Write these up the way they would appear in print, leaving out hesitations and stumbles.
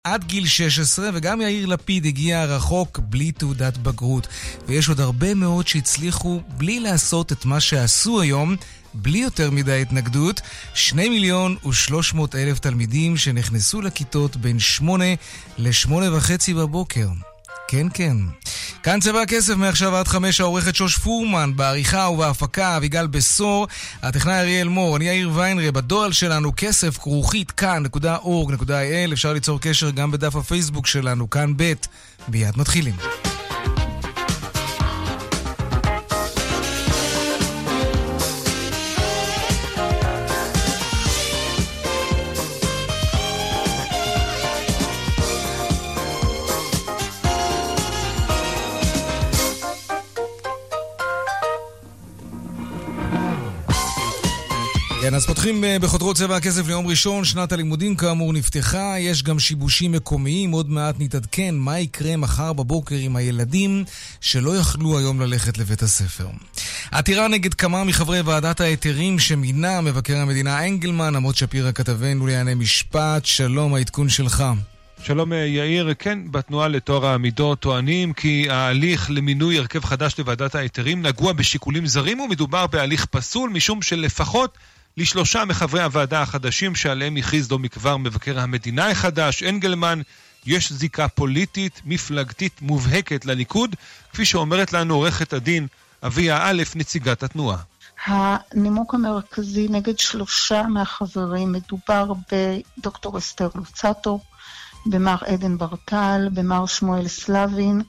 עד גיל 16, וגם יאיר לפיד הגיע רחוק בלי תעודת בגרות. ויש עוד הרבה מאוד שהצליחו בלי לעשות את מה שעשו היום, בלי יותר מדי התנגדות. 2,300,000 תלמידים שנכנסו לכיתות בין 8 ל-8:30 בבוקר. כן, כן. כאן צבע הכסף מעכשיו עד 5, העורכת שוש פורמן, בעריכה ובהפקה אביגל בסור, הטכנאי אריאל מור, אני יאיר ויינרי, בדואל שלנו כסף@כאן.org.il, אפשר ליצור קשר גם בדף הפייסבוק שלנו, כאן ב'. ביד מתחילים. כן, אז פותחים בחותרות צבע הכסף ליום ראשון, שנת הלימודים כאמור נפתחה, יש גם שיבושים מקומיים, עוד מעט נתעדכן מה יקרה מחר בבוקר עם הילדים שלא יכלו היום ללכת לבית הספר. עתירה נגד כמה מחברי ועדת ההיתרים שמינה מבקר המדינה אנגלמן, עמוד שפירא כתבנו לענייני משפט, שלום, העדכון שלך. שלום יאיר, כן, בתנועה לטוהר המידות טוענים כי ההליך למינוי הרכב חדש לוועדת ההיתרים נגוע בשיקולים זרים ומדובר בהליך פסול משום שלפחות לשלושה מחברי הוועדה החדשים שעליהם הכריז לא מכבר מבקר המדינה החדש, אנגלמן, יש זיקה פוליטית, מפלגתית מובהקת לליכוד, כפי שאומרת לנו עורכת הדין אביה א', נציגת התנועה. הנימוק המרכזי נגד 3 מהחברים, מדובר בדוקטור אסתר לוצטו, במר עדן ברטל, במר שמואל סלבין,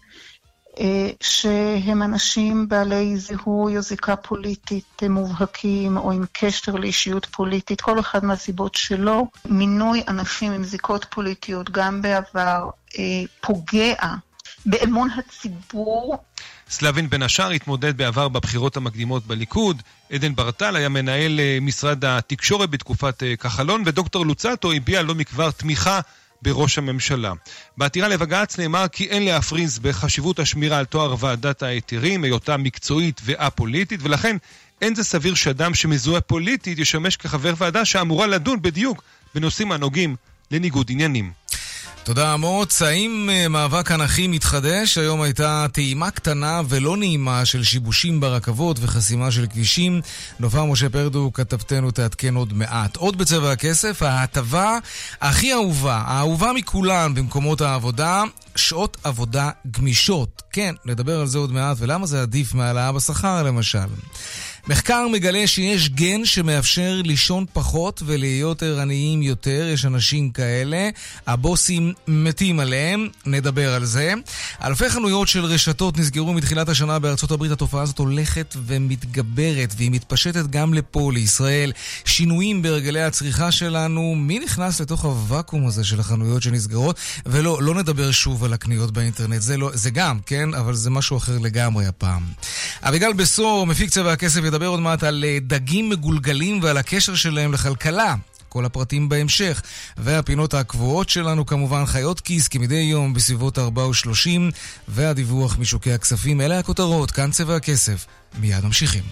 שהם אנשים בעלי זיהוי או זיקה פוליטית מובהקים או עם קשר לאישיות פוליטית, כל אחד מהסיבות שלו. מינוי אנשים עם זיקות פוליטיות גם בעבר פוגע באמון הציבור. סלבין בין השאר התמודד בעבר בבחירות המקדימות בליכוד, עדן ברטל היה מנהל משרד התקשורת בתקופת כחלון, ודוקטור לוצטו הביע לא מכבר תמיכה בראש הממשלה. בעתירה לבג"ץ נאמר כי אין להפריז בחשיבות השמירה על תואר ועדת ההיתרים, היותה מקצועית ואפוליטית, ולכן אין זה סביר שאדם שמזוהה פוליטית ישמש כחבר ועדה שאמורה לדון בדיוק בנושאים הנוגעים לניגוד עניינים. תודה עמוץ. האם מאבק הנכים מתחדש? היום הייתה טעימה קטנה ולא נעימה של שיבושים ברכבות וחסימה של כבישים. נופר משה פרדו, כתבתנו, תעדכן עוד מעט. עוד בצבע הכסף, ההטבה הכי אהובה, האהובה מכולן במקומות העבודה, שעות עבודה גמישות. כן, נדבר על זה עוד מעט, ולמה זה עדיף מהעלאה בשכר למשל. מחקר מגלה שיש גן שמאפשר לישון פחות ולהיות ערניים יותר. יש אנשים כאלה, הבוסים מתים עליהם, נדבר על זה. אלפי חנויות של רשתות נסגרו מתחילת השנה בארצות הברית. התופעה הזאת הולכת ומתגברת, והיא מתפשטת גם לפה, לישראל. שינויים בהרגלי הצריכה שלנו, מי נכנס לתוך הוואקום הזה של החנויות שנסגרות? ולא, לא נדבר שוב על הקניות באינטרנט, זה גם, כן? אבל זה משהו אחר לגמרי הפעם. אביגל בסור, מפיק צבע הכסף, ידבר עוד מעט על דגים מגולגלים ועל הקשר שלהם לכלכלה. כל הפרטים בהמשך. והפינות הקבועות שלנו כמובן חיות כיס כמדי יום בסביבות 4:30, והדיווח משוקי הכספים. אלה הכותרות, כאן צבע הכסף. מיד ממשיכים.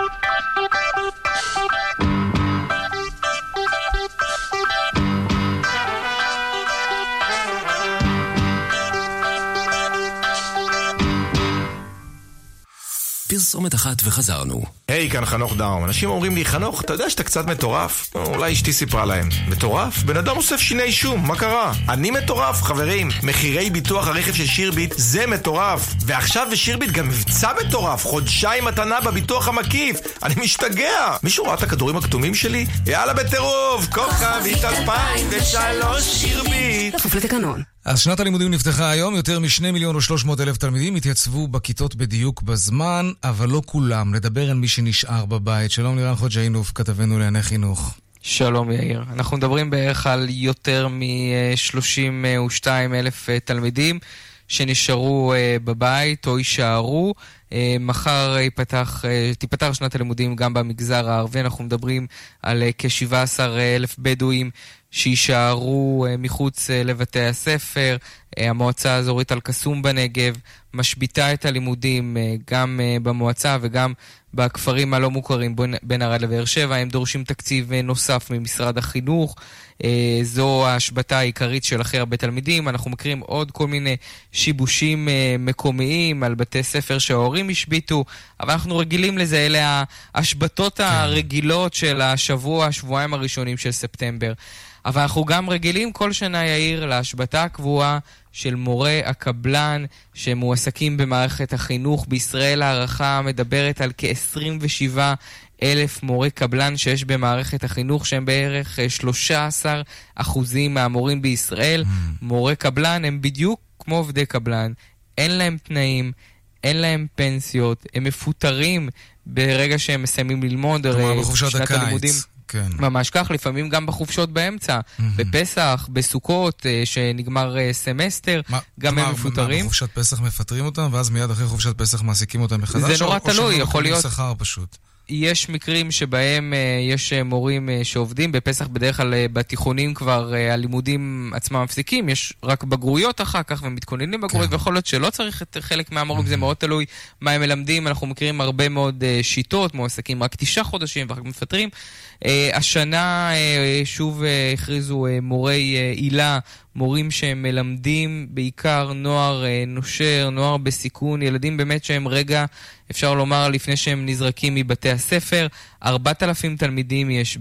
פרסומת אחת וחזרנו. היי, כאן חנוך דאום. אנשים אומרים לי, חנוך, אתה יודע שאתה קצת מטורף? אולי אשתי סיפרה להם. מטורף? בן אדם אוסף שיני שום, מה קרה? אני מטורף, חברים. מחירי ביטוח הרכב של שירביט זה מטורף. ועכשיו בשירביט גם מבצע מטורף. חודשיים מתנה בביטוח המקיף. אני משתגע. מישהו ראה את הכדורים הכתומים שלי? יאללה בטירוף, כוכבית 2003 שירביט. כפוף לתקנון. אז שנת הלימודים נפתחה היום, יותר מ2,300,000 תלמידים התייצבו בכיתות בדיוק בזמן, אבל לא כולם. נדבר על מי שנשאר בבית. שלום לירן חוג'יינוף, כתבנו לענייני חינוך. שלום יאיר. אנחנו מדברים בערך על יותר מ-32,000 תלמידים שנשארו בבית או יישארו. מחר תיפתח שנת הלימודים גם במגזר הערבי. אנחנו מדברים על כ-17,000 בדואים שישארו מחוץ לבתי הספר. המועצה האזורית אל-קסום בנגב משביתה את הלימודים גם במועצה וגם בכפרים הלא מוכרים בין ערד לבאר שבע. הם דורשים תקציב נוסף ממשרד החינוך. זו ההשבתה העיקרית של הכי הרבה תלמידים. אנחנו מכירים עוד כל מיני שיבושים מקומיים על בתי ספר שההורים השביתו, אבל אנחנו רגילים לזה. אלה ההשבתות הרגילות של השבועיים הראשונים של ספטמבר. אבל אנחנו גם רגילים כל שנה, יאיר, להשבתה הקבועה של מורי הקבלן שמועסקים במערכת החינוך. בישראל הערכה מדברת על כ-27,000 מורי קבלן שיש במערכת החינוך, שהם בערך 13% מהמורים בישראל. מורי קבלן הם בדיוק כמו עובדי קבלן, אין להם תנאים, אין להם פנסיות, הם מפוטרים ברגע שהם מסיימים ללמוד. בחופשת הקיץ. כן. ממש כך, לפעמים גם בחופשות באמצע, בפסח, בסוכות, שנגמר סמסטר, גם הם מפוטרים. בחופשת פסח מפטרים אותם, ואז מיד אחרי חופשת פסח מעסיקים אותם מחדש? זה נורא תלוי, יכול להיות. שכר פשוט. יש מקרים שבהם יש מורים שעובדים בפסח, בדרך כלל בתיכונים כבר הלימודים עצמם מפסיקים, יש רק בגרויות אחר כך ומתכוננים בגרויות, ויכול להיות שלא צריך את חלק מהמורים, זה מאוד תלוי מה הם מלמדים. אנחנו מכירים הרבה מאוד שיטות, מועסקים רק 9 חודשים ואחר כך מפטרים. השנה שוב הכריזו מורי עילה, מורים שהם מלמדים בעיקר נוער נושר, נוער בסיכון, ילדים באמת שהם רגע, אפשר לומר, לפני שהם נזרקים מבתי הספר. 4,000 תלמידים יש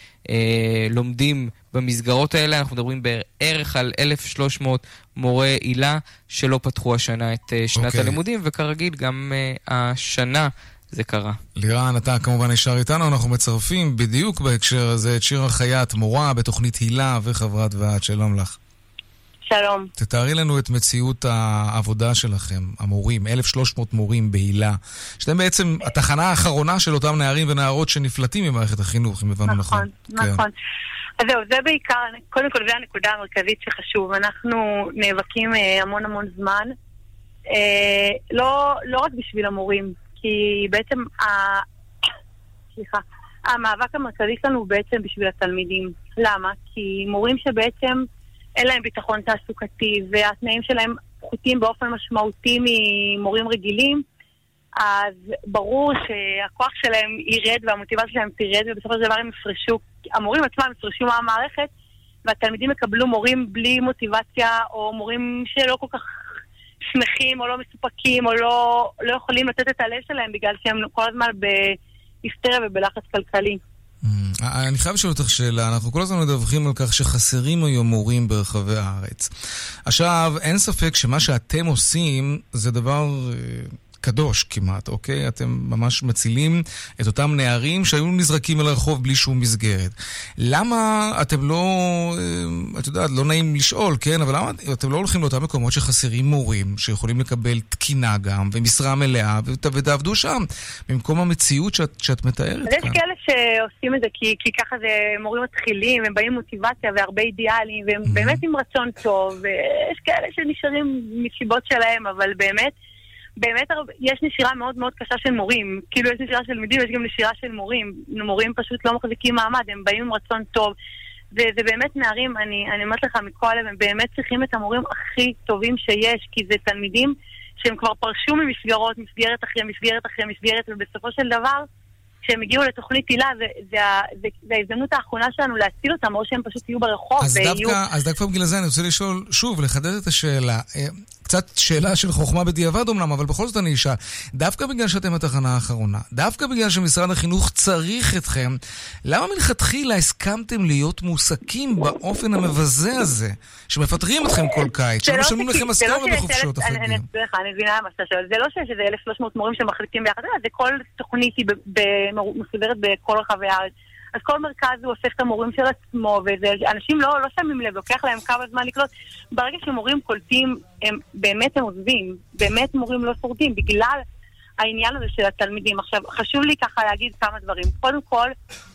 לומדים במסגרות האלה. אנחנו מדברים בערך על 1,300 מורי עילה שלא פתחו השנה את שנת הלימודים, וכרגיל גם השנה זה קרה. לירן, אתה כמובן נשאר איתנו, אנחנו מצרפים בדיוק בהקשר הזה את שירה חייט, מורה בתוכנית הילה וחברת ועד. שלום לך. שלום. תתארי לנו את מציאות העבודה שלכם, המורים, 1,300 מורים בהילה, שאתם בעצם התחנה האחרונה של אותם נערים ונערות שנפלטים ממערכת החינוך, אם הבנו נכון. נכון. אז זהו, זה בעיקר, קודם כל זה הנקודה המרכזית שחשוב. אנחנו נאבקים המון זמן, לא רק בשביל המורים, כי בעצם המאבק המרכזי שלנו הוא בעצם בשביל התלמידים. למה? כי מורים שבעצם אין להם ביטחון תעסוקתי, והתנאים שלהם פחותים באופן משמעותי ממורים רגילים, אז ברור שהכוח שלהם ירד והמוטיבציה שלהם תירד, ובסופו של דבר הם יפרשו, המורים עצמם יפרשו מהמערכת, והתלמידים יקבלו מורים בלי מוטיבציה, או מורים שלא כל כך שמחים, או לא מסופקים, או לא יכולים לתת את הלב שלהם, בגלל שהם כל הזמן בהיסטריה ובלחץ כלכלי. אני חייב לשאול אותך שאלה. אנחנו כל הזמן מדווחים על כך שחסרים היום מורים ברחבי הארץ. עכשיו, אין ספק שמה שאתם עושים זה דבר קדוש כמעט, אוקיי? אתם ממש מצילים את אותם נערים שהיו נזרקים אל הרחוב בלי שום מסגרת. למה אתם לא, את יודעת, לא נעים לשאול, כן? אבל למה אתם לא הולכים לאותם מקומות שחסרים מורים, שיכולים לקבל תקינה גם, ומשרה מלאה, ותעבדו שם, במקום המציאות שאת מתארת כאן? יש כאלה שעושים את זה, כי ככה זה מורים מתחילים, הם באים מוטיבציה והרבה אידיאלים, והם באמת עם רצון טוב, ויש כאלה שנשארים מסיבות שלהם, אבל באמת יש נשירה מאוד קשה של מורים. כאילו יש נשירה של תלמידים, יש גם נשירה של מורים. מורים פשוט לא מחזיקים מעמד, הם באים עם רצון טוב. וזה באמת נערים, אני אומרת לך מכל הם באמת צריכים את המורים הכי טובים שיש, כי זה תלמידים שהם כבר פרשו ממסגרות, מסגרת אחרי מסגרת, ובסופו של דבר, כשהם הגיעו לתוכנית הילה, זה ההזדמנות האחרונה שלנו להציל אותם, או שהם פשוט יהיו ברחוב. אז דווקא בגלל זה אני רוצה לשאול, שוב, לחדד את השאלה. קצת שאלה של חוכמה בדיעבד אומנם, אבל בכל זאת אני אשאל. דווקא בגלל שאתם התחנה האחרונה, דווקא בגלל שמשרד החינוך צריך אתכם, למה מלכתחילה הסכמתם להיות מועסקים באופן המבזה הזה, שמפטרים אתכם כל קיץ, שלא משלמים לכם משכורת בחופשות החגים? אני מבינה מה שאתה שואל. זה לא שיש 1,300 מורים שמחליטים ביחד, זה כל תוכנית היא מסודרת בכל רחבי הארץ. אז כל מרכז הוא אוסף את המורים של עצמו, ואנשים לא שמים לב, לוקח להם כמה זמן לקלוט. ברגע שמורים קולטים, הם עוזבים, באמת מורים לא שורדים, בגלל העניין הזה של התלמידים. עכשיו, חשוב לי ככה להגיד כמה דברים. קודם כל,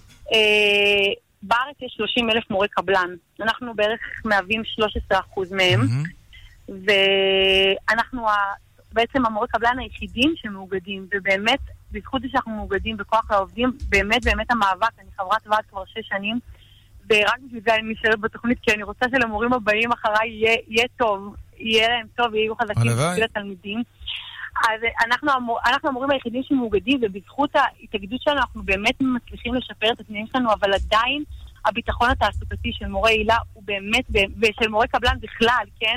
בארץ יש 30,000 מורי קבלן. אנחנו בערך מהווים 13% מהם, ואנחנו בעצם המורי קבלן היחידים שמאוגדים, ובאמת, בזכות זה שאנחנו מאוגדים בכוח לעובדים, באמת המאבק, אני חברת ועד כבר 6 שנים, ורק בשביל זה אני נשארת בתוכנית, כי אני רוצה שלמורים הבאים אחריי יהיה טוב, יהיה להם טוב, יהיו חזקים בשביל התלמידים. אז אנחנו המורים היחידים שמאוגדים, ובזכות ההתאגדות שלנו אנחנו באמת מצליחים לשפר את התנאים שלנו, אבל עדיין הביטחון התעסוקתי של מורי עילה הוא באמת, ושל מורי קבלן בכלל, כן?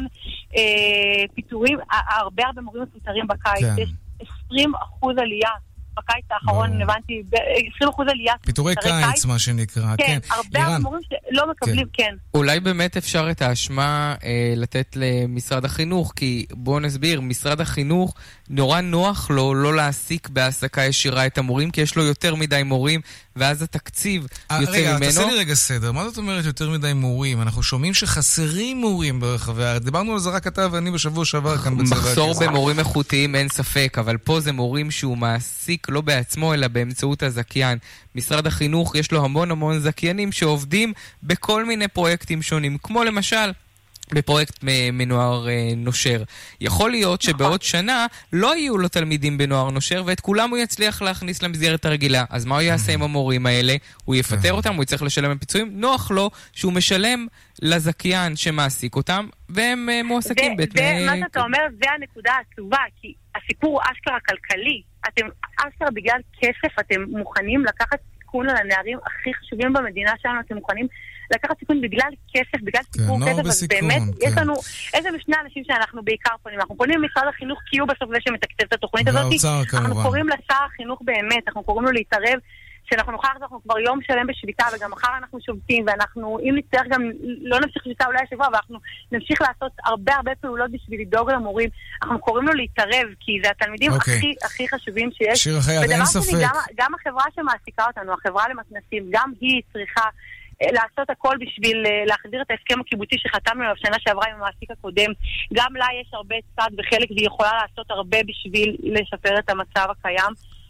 פיטורים, הרבה מורים מפוטרים בקיץ, יש 20% עלייה. בקיץ האחרון הבנתי, 20% עלייה. פיטורי קיץ, מה שנקרא. כן, הרבה מורים שלא מקבלים, כן. אולי באמת אפשר את האשמה לתת למשרד החינוך, כי בואו נסביר, משרד החינוך נורא נוח לו לא להעסיק בהעסקה ישירה את המורים, כי יש לו יותר מדי מורים, ואז התקציב יוצא ממנו. רגע, תעשה לי רגע סדר. מה זאת אומרת יותר מדי מורים? אנחנו שומעים שחסרים מורים ברחבי הארץ. דיברנו על זה רק אתה ואני בשבוע שעבר כאן בצבע. מחסור במורים איכותיים אין ספק, אבל פה זה מורים שהוא מעסיק לא בעצמו, אלא באמצעות הזכיין. משרד החינוך יש לו המון זכיינים שעובדים בכל מיני פרויקטים שונים, כמו למשל בפרויקט מנוער נושר. יכול להיות שבעוד שנה לא יהיו לו תלמידים בנוער נושר, ואת כולם הוא יצליח להכניס למסגרת הרגילה. אז מה הוא יעשה עם המורים האלה? הוא יפטר אותם, הוא יצטרך לשלם לפיצויים. נוח לו שהוא משלם לזכיין שמעסיק אותם, והם מועסקים בתנאי... מה שאתה אומר, זה הנקודה העצובה, כי הסיפור הוא אשכרה כלכלי. אתם אשכרה בגלל כסף, אתם מוכנים לקחת סיכון על הנערים הכי חשובים במדינה שלנו, אתם מוכנים לקחת סיכון בגלל כסף, בגלל סיפור כסף, אז באמת יש לנו איזה משני אנשים שאנחנו בעיקר פונים. אנחנו פונים למשרד החינוך כי הוא בסוף זה שמתקצב את התוכנית הזאת. אנחנו קוראים לשר החינוך באמת, אנחנו קוראים לו להתערב, שאנחנו נוכל, אנחנו כבר יום שלם בשביתה, וגם מחר אנחנו שובתים, ואנחנו, אם נצטרך גם, לא נמשיך שביתה אולי השבוע, ואנחנו נמשיך לעשות הרבה פעולות בשביל לדאוג למורים. אנחנו קוראים לו להתערב, כי זה התלמידים הכי חשובים שיש. שיר החייד, אין ספק. גם החברה שמעסיקה אותנו, החברה למתנסים, גם היא צריכה לעשות הכל בשביל להחזיר את ההסכם הקיבוצי שחתמנו עליו שנה שעברה עם המעסיק הקודם. גם לה יש הרבה צד וחלק, והיא יכולה לעשות הרבה בשביל לשפר את המצב הקיים.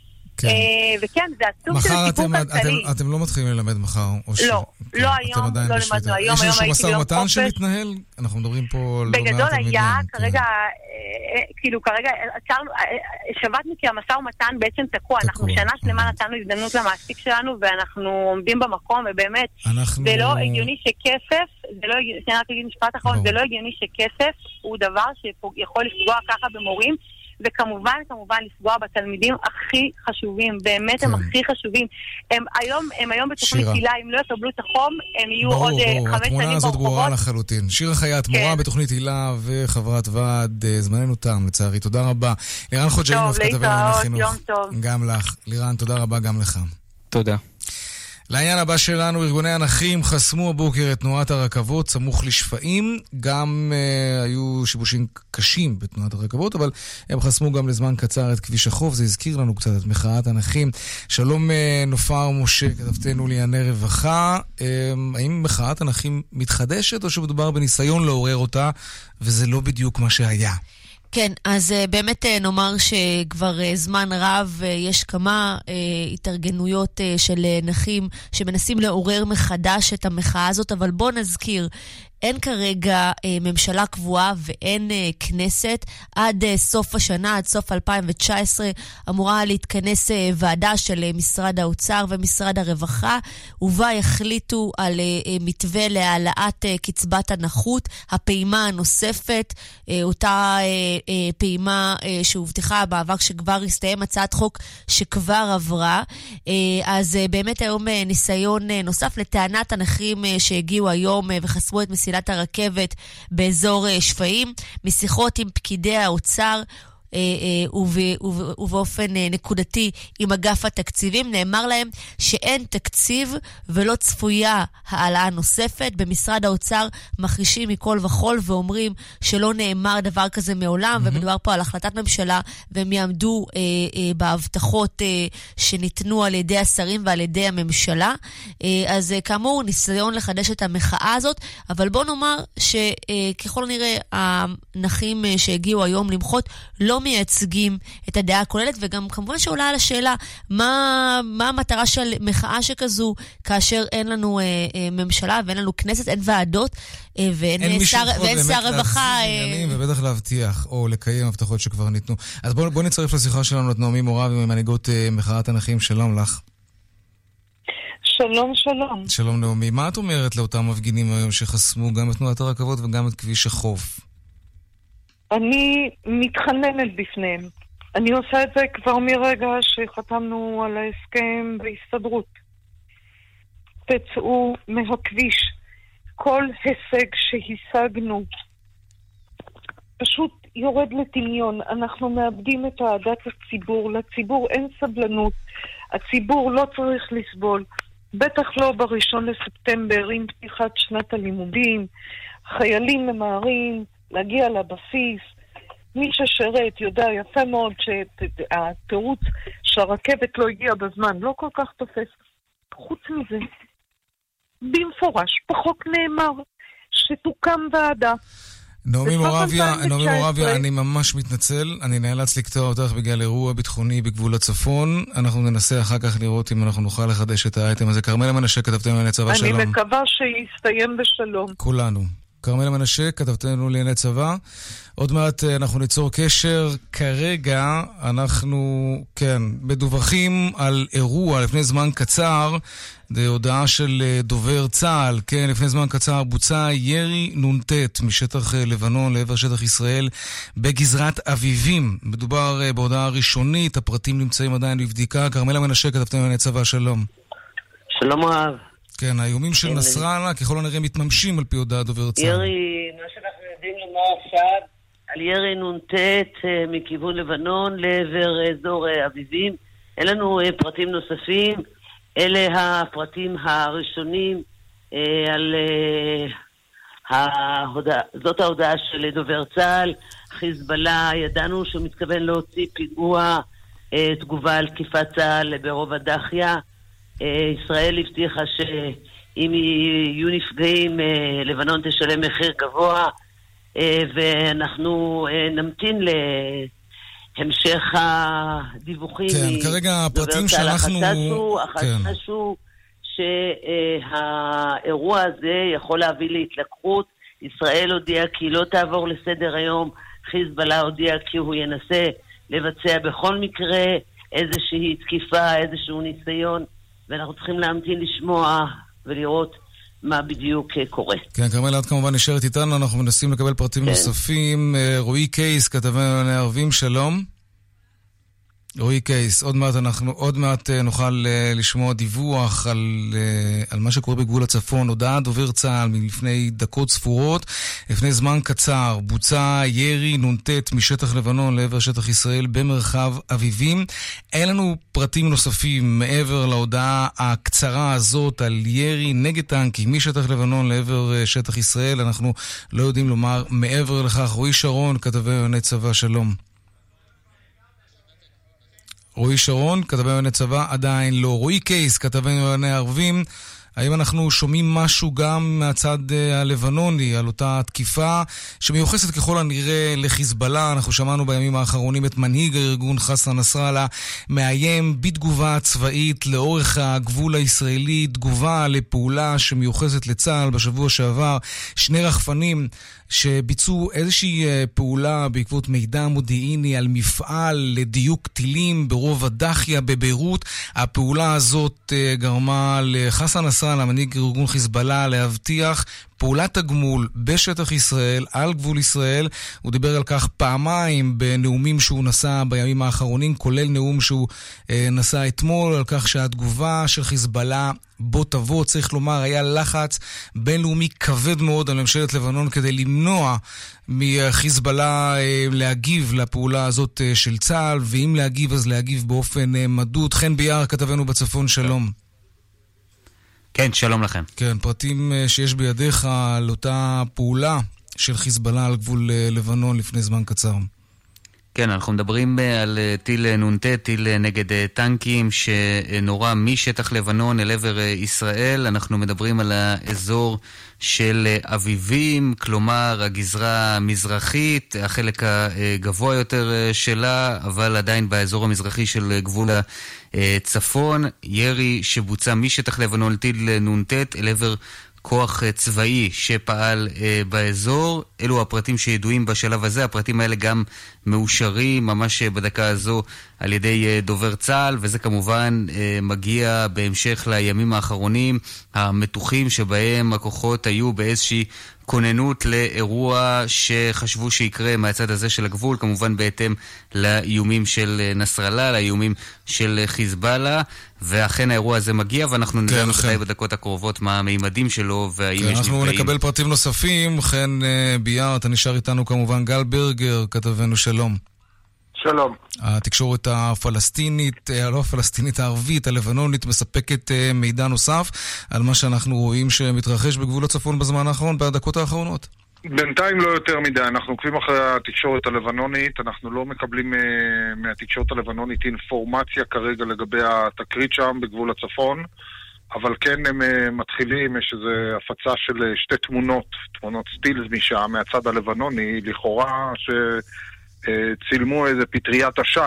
וכן, זה עצוב של סיפור כלכלי. אתם לא מתחילים ללמד מחר? לא היום, לא למדנו היום. יש איזשהו משא ומתן שמתנהל? אנחנו מדברים פה... בגדול היה, כרגע, שבתנו כי המשא ומתן בעצם תקוע. אנחנו שנה שלמה נתנו הזדמנות למעסיק שלנו, ואנחנו עומדים במקום, ובאמת, זה לא הגיוני שכסף, זה לא הגיוני שכסף הוא דבר שיכול לפגוע ככה במורים, וכמובן לפגוע בתלמידים הכי חשובים, באמת הם הכי חשובים. הם היום בתוכנית הילה, אם לא יקבלו את החום, הם יהיו עוד 5 שנים ברחובות. התמונה הזאת ברורה לחלוטין. שיר החייט, מורה בתוכנית הילה וחברת ועד, זמננו תם, לצערי. תודה רבה. לירן חוג'אינוב, כתבי לענייני חינוך. יום טוב. גם לך. לירן, תודה רבה גם לך. תודה. לעניין הבא שלנו, ארגוני הנכים חסמו הבוקר את תנועת הרכבות סמוך לשפעים. גם היו שיבושים קשים בתנועת הרכבות, אבל הם חסמו גם לזמן קצר את כביש החוף. זה הזכיר לנו קצת את מחאת הנכים. שלום נופר משה, כתבתנו לענייני רווחה. האם מחאת הנכים מתחדשת או שמדובר בניסיון לעורר אותה, וזה לא בדיוק מה שהיה? כן, אז באמת נאמר שכבר זמן רב יש כמה התארגנויות של נכים שמנסים לעורר מחדש את המחאה הזאת, אבל בוא נזכיר, אין כרגע ממשלה קבועה ואין כנסת. עד סוף השנה, עד סוף 2019, אמורה להתכנס ועדה של משרד האוצר ומשרד הרווחה, ובה יחליטו על מתווה להעלאת קצבת הנכות, הפעימה הנוספת, אותה פעימה שהובטחה במאבק שכבר הסתיים, הצעת חוק שכבר עברה. אז באמת היום ניסיון נוסף לטענת הנכים שהגיעו היום וחסרו את מסילת הרכבת באזור שפעים. משיחות עם פקידי האוצר ובאופן נקודתי עם אגף התקציבים, נאמר להם שאין תקציב ולא צפויה העלאה נוספת. במשרד האוצר מחרישים מכל וכל ואומרים שלא נאמר דבר כזה מעולם, ומדובר פה על החלטת ממשלה, והם יעמדו בהבטחות שניתנו על ידי השרים ועל ידי הממשלה. אז כאמור, ניסיון לחדש את המחאה הזאת, אבל בוא נאמר שככל נראה הנכים שהגיעו היום למחות לא מייצגים את הדעה הכוללת, וגם כמובן שעולה על השאלה מה המטרה של מחאה שכזו, כאשר אין לנו ממשלה ואין לנו כנסת, אין ועדות ואין שר רווחה. ובטח להבטיח או לקיים הבטחות שכבר ניתנו. אז בוא נצרף לשיחה שלנו את נעמי מורבי ממנהיגות מחאת הנכים. שלום לך. שלום, שלום. שלום נעמי. מה את אומרת לאותם מפגינים היום שחסמו גם את תנועת הרכבות וגם את כביש החוף? אני מתחננת בפניהם. אני עושה את זה כבר מרגע שחתמנו על ההסכם בהסתדרות. תצאו מהכביש. כל הישג שהשגנו פשוט יורד לטמיון. אנחנו מאבדים את אהדת הציבור. לציבור אין סבלנות. הציבור לא צריך לסבול. בטח לא ב1 לספטמבר עם פתיחת שנת הלימודים. חיילים ממהרים להגיע לבסיס. מי ששרת יודע יפה מאוד שהתירוץ שהרכבת לא הגיעה בזמן לא כל כך תופס. חוץ מזה, במפורש, בחוק נאמר שתוקם ועדה. נעמי מורביה, אני ממש מתנצל, אני נאלץ לקטוע אותך בגלל אירוע ביטחוני בגבול הצפון. אנחנו ננסה אחר כך לראות אם אנחנו נוכל לחדש את האייטם הזה. כרמלה מנשה, כתבתנו לענייני צבא, שלום. אני מקווה שיסתיים בשלום. כולנו. כרמלה מנשה, כתבתנו לענייני צבא. עוד מעט אנחנו ניצור קשר. כרגע אנחנו, מדווחים על אירוע לפני זמן קצר, הודעה של דובר צה"ל, לפני זמן קצר בוצע ירי נ"ט משטח לבנון לעבר שטח ישראל בגזרת אביבים. מדובר בהודעה ראשונית, הפרטים נמצאים עדיין בבדיקה. כרמלה מנשה, כתבתנו לענייני צבא, שלום. שלום רב. כן, האיומים של נסראללה ככל הנראה מתממשים על פי הודעת דובר צה"ל. ירי, מה שאנחנו יודעים לומר עכשיו, על ירי נ"ט מכיוון לבנון לעבר אזור אביבים. אין לנו פרטים נוספים, אלה הפרטים הראשונים על זאת ההודעה של דובר צה"ל. חיזבאללה, ידענו שהוא מתכוון להוציא פיגוע תגובה על תקיפת צה"ל ברובע דחיה. ישראל הבטיחה שאם יהיו נפגעים, לבנון תשלם מחיר גבוה, ואנחנו נמתין להמשך הדיווחים. כן, כרגע הפרטים שאנחנו... החשש שהאירוע הזה יכול להביא להתלקחות. ישראל הודיעה כי לא תעבור לסדר היום, חיזבאללה הודיע כי הוא ינסה לבצע בכל מקרה איזושהי תקיפה, איזשהו ניסיון, ואנחנו צריכים להמתין לשמוע ולראות מה בדיוק קורה. כן, כרמלה, את כמובן נשארת איתנו, אנחנו מנסים לקבל פרטים נוספים. רועי קייס, כתבנו לענייני ערבים, שלום. רועי קייס, עוד מעט נוכל לשמוע דיווח על מה שקורה בגבול הצפון. הודעה דובר צה"ל מלפני דקות ספורות, לפני זמן קצר בוצע ירי נ"ט משטח לבנון לעבר שטח ישראל במרחב אביבים. אין לנו פרטים נוספים מעבר להודעה הקצרה הזאת על ירי נגד טנקים משטח לבנון לעבר שטח ישראל. אנחנו לא יודעים לומר מעבר לכך. רועי שרון, כתבי לענייני צבא, שלום. רועי שרון, כתבי לענייני צבא, עדיין לא. רועי קייס, כתבי לענייני ערבים, האם אנחנו שומעים משהו גם מהצד הלבנוני על אותה תקיפה שמיוחסת ככל הנראה לחיזבאללה? אנחנו שמענו בימים האחרונים את מנהיג הארגון חסן נסראללה מאיים בתגובה צבאית לאורך הגבול הישראלי, תגובה לפעולה שמיוחסת לצה"ל. בשבוע שעבר 2 רחפנים שביצעו איזושהי פעולה בעקבות מידע מודיעיני על מפעל לדיוק טילים ברובע דחיה בביירות. הפעולה הזאת גרמה לחסן נסראללה, מנהיג ארגון חיזבאללה, להבטיח פעולת הגמול בשטח ישראל, על גבול ישראל. הוא דיבר על כך פעמיים בנאומים שהוא נשא בימים האחרונים, כולל נאום שהוא נשא אתמול, על כך שהתגובה של חיזבאללה בו תבוא. צריך לומר, היה לחץ בינלאומי כבד מאוד על ממשלת לבנון כדי למנוע מחיזבאללה להגיב לפעולה הזאת של צה"ל, ואם להגיב אז להגיב באופן מדוד. חן ביאר, כתבנו בצפון, שלום. כן, שלום לכם. כן, פרטים שיש בידיך על אותה פעולה של חיזבאללה על גבול לבנון לפני זמן קצר. כן, אנחנו מדברים על טיל נ"ט, טיל נגד טנקים שנורה משטח לבנון אל עבר ישראל. אנחנו מדברים על האזור של אביבים, כלומר הגזרה המזרחית, החלק הגבוה יותר שלה, אבל עדיין באזור המזרחי של גבול הצפון. ירי שבוצע משטח לבנון טיל נ"ט אל עבר כוח צבאי שפעל באזור. אלו הפרטים שידועים בשלב הזה. הפרטים האלה גם מאושרים ממש בדקה הזו על ידי דובר צה"ל, וזה כמובן מגיע בהמשך לימים האחרונים המתוחים שבהם הכוחות היו באיזושהי כוננות לאירוע שחשבו שיקרה מהצד הזה של הגבול, כמובן בהתאם לאיומים של נסראללה, לאיומים של חיזבאללה, ואכן האירוע הזה מגיע, ואנחנו נדע מתי בדקות הקרובות מה המימדים שלו והאם יש נפגעים. אנחנו נקבל פרטים נוספים. חן ביאר, אתה נשאר איתנו כמובן. גל ברגר, כתבנו, שלום. שלום. התקשורת הפלסטינית, לא הפלסטינית, הערבית, הלבנונית, מספקת מידע נוסף על מה שאנחנו רואים שמתרחש בגבול הצפון בזמן האחרון, בדקות האחרונות. בינתיים לא יותר מדי, אנחנו עוקבים אחרי התקשורת הלבנונית, אנחנו לא מקבלים מהתקשורת הלבנונית אינפורמציה כרגע לגבי התקרית שם בגבול הצפון, אבל כן הם מתחילים, יש איזו הפצה של שתי תמונות סטילס משם, מהצד הלבנוני, לכאורה צילמו איזה פטריית עשן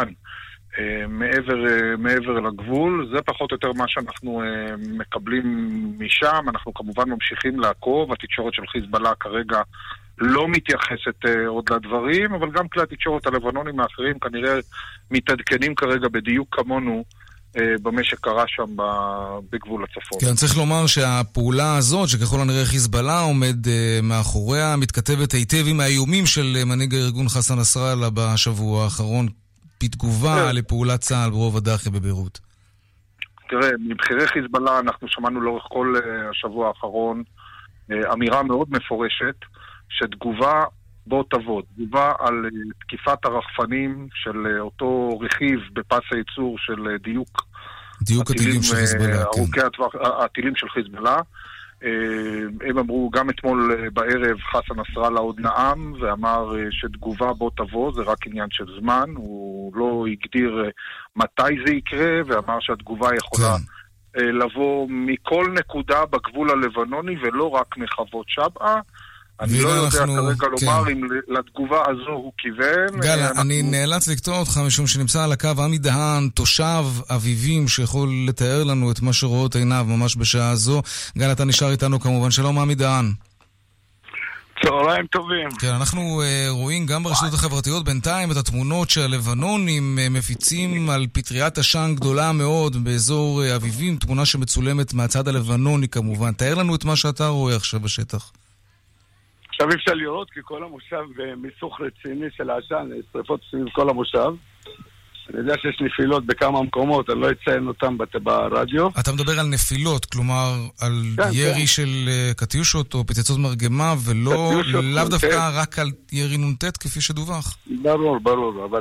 מעבר לגבול. זה פחות או יותר מה שאנחנו מקבלים משם. אנחנו כמובן ממשיכים לעקוב. התקשורת של חיזבאללה כרגע לא מתייחסת עוד לדברים, אבל גם כלי התקשורת הלבנונים האחרים כנראה מתעדכנים כרגע בדיוק כמונו במה שקרה שם בגבול הצפון. כן, צריך לומר שהפעולה הזאת, שככל הנראה חיזבאללה עומד מאחוריה, מתכתבת היטב עם האיומים של מנהיג הארגון חסן נסראללה בשבוע האחרון, בתגובה לפעולת צה"ל ברוב הדאחי בביירות. תראה, מבחירי חיזבאללה אנחנו שמענו לאורך כל השבוע האחרון אמירה מאוד מפורשת, שתגובה בוא תבוא, תגובה על תקיפת הרחפנים של אותו רכיב בפס הייצור של דיוק הטילים של חיזבאללה, ארוכי הטילים של חיזבאללה. הם אמרו, גם אתמול בערב חסן נסראללה עוד נאם ואמר שתגובה בוא תבוא, זה רק עניין של זמן, הוא לא הגדיר מתי זה יקרה, ואמר שהתגובה יכולה לבוא מכל נקודה בגבול הלבנוני ולא רק מחוות שבעה. אני לא יודע כרגע לומר אם לתגובה הזו הוא כיוון. גל, אני נאלץ לקטוע אותך משום שנמצא על הקו עמי דהן, תושב אביבים, שיכול לתאר לנו את מה שרואות עיניו ממש בשעה הזו. גל, אתה נשאר איתנו כמובן. שלום עמי דהן. צהריים טובים. כן, אנחנו רואים גם ברשתות החברתיות בינתיים את התמונות שהלבנונים מפיצים על פטריית עשן גדולה מאוד באזור אביבים, תמונה שמצולמת מהצד הלבנוני כמובן. תאר לנו את מה שאתה רואה עכשיו בשטח. עכשיו אפשר לראות כי כל המושב מיסוך רציני של העשן, שריפות סביב כל המושב. אני יודע שיש נפילות בכמה מקומות, אני לא אציין אותם ברדיו. אתה מדבר על נפילות, כלומר על ירי של קטיושות או פצצות מרגמה, ולא לאו דווקא רק על ירי נ"ט כפי שדווח. ברור, אבל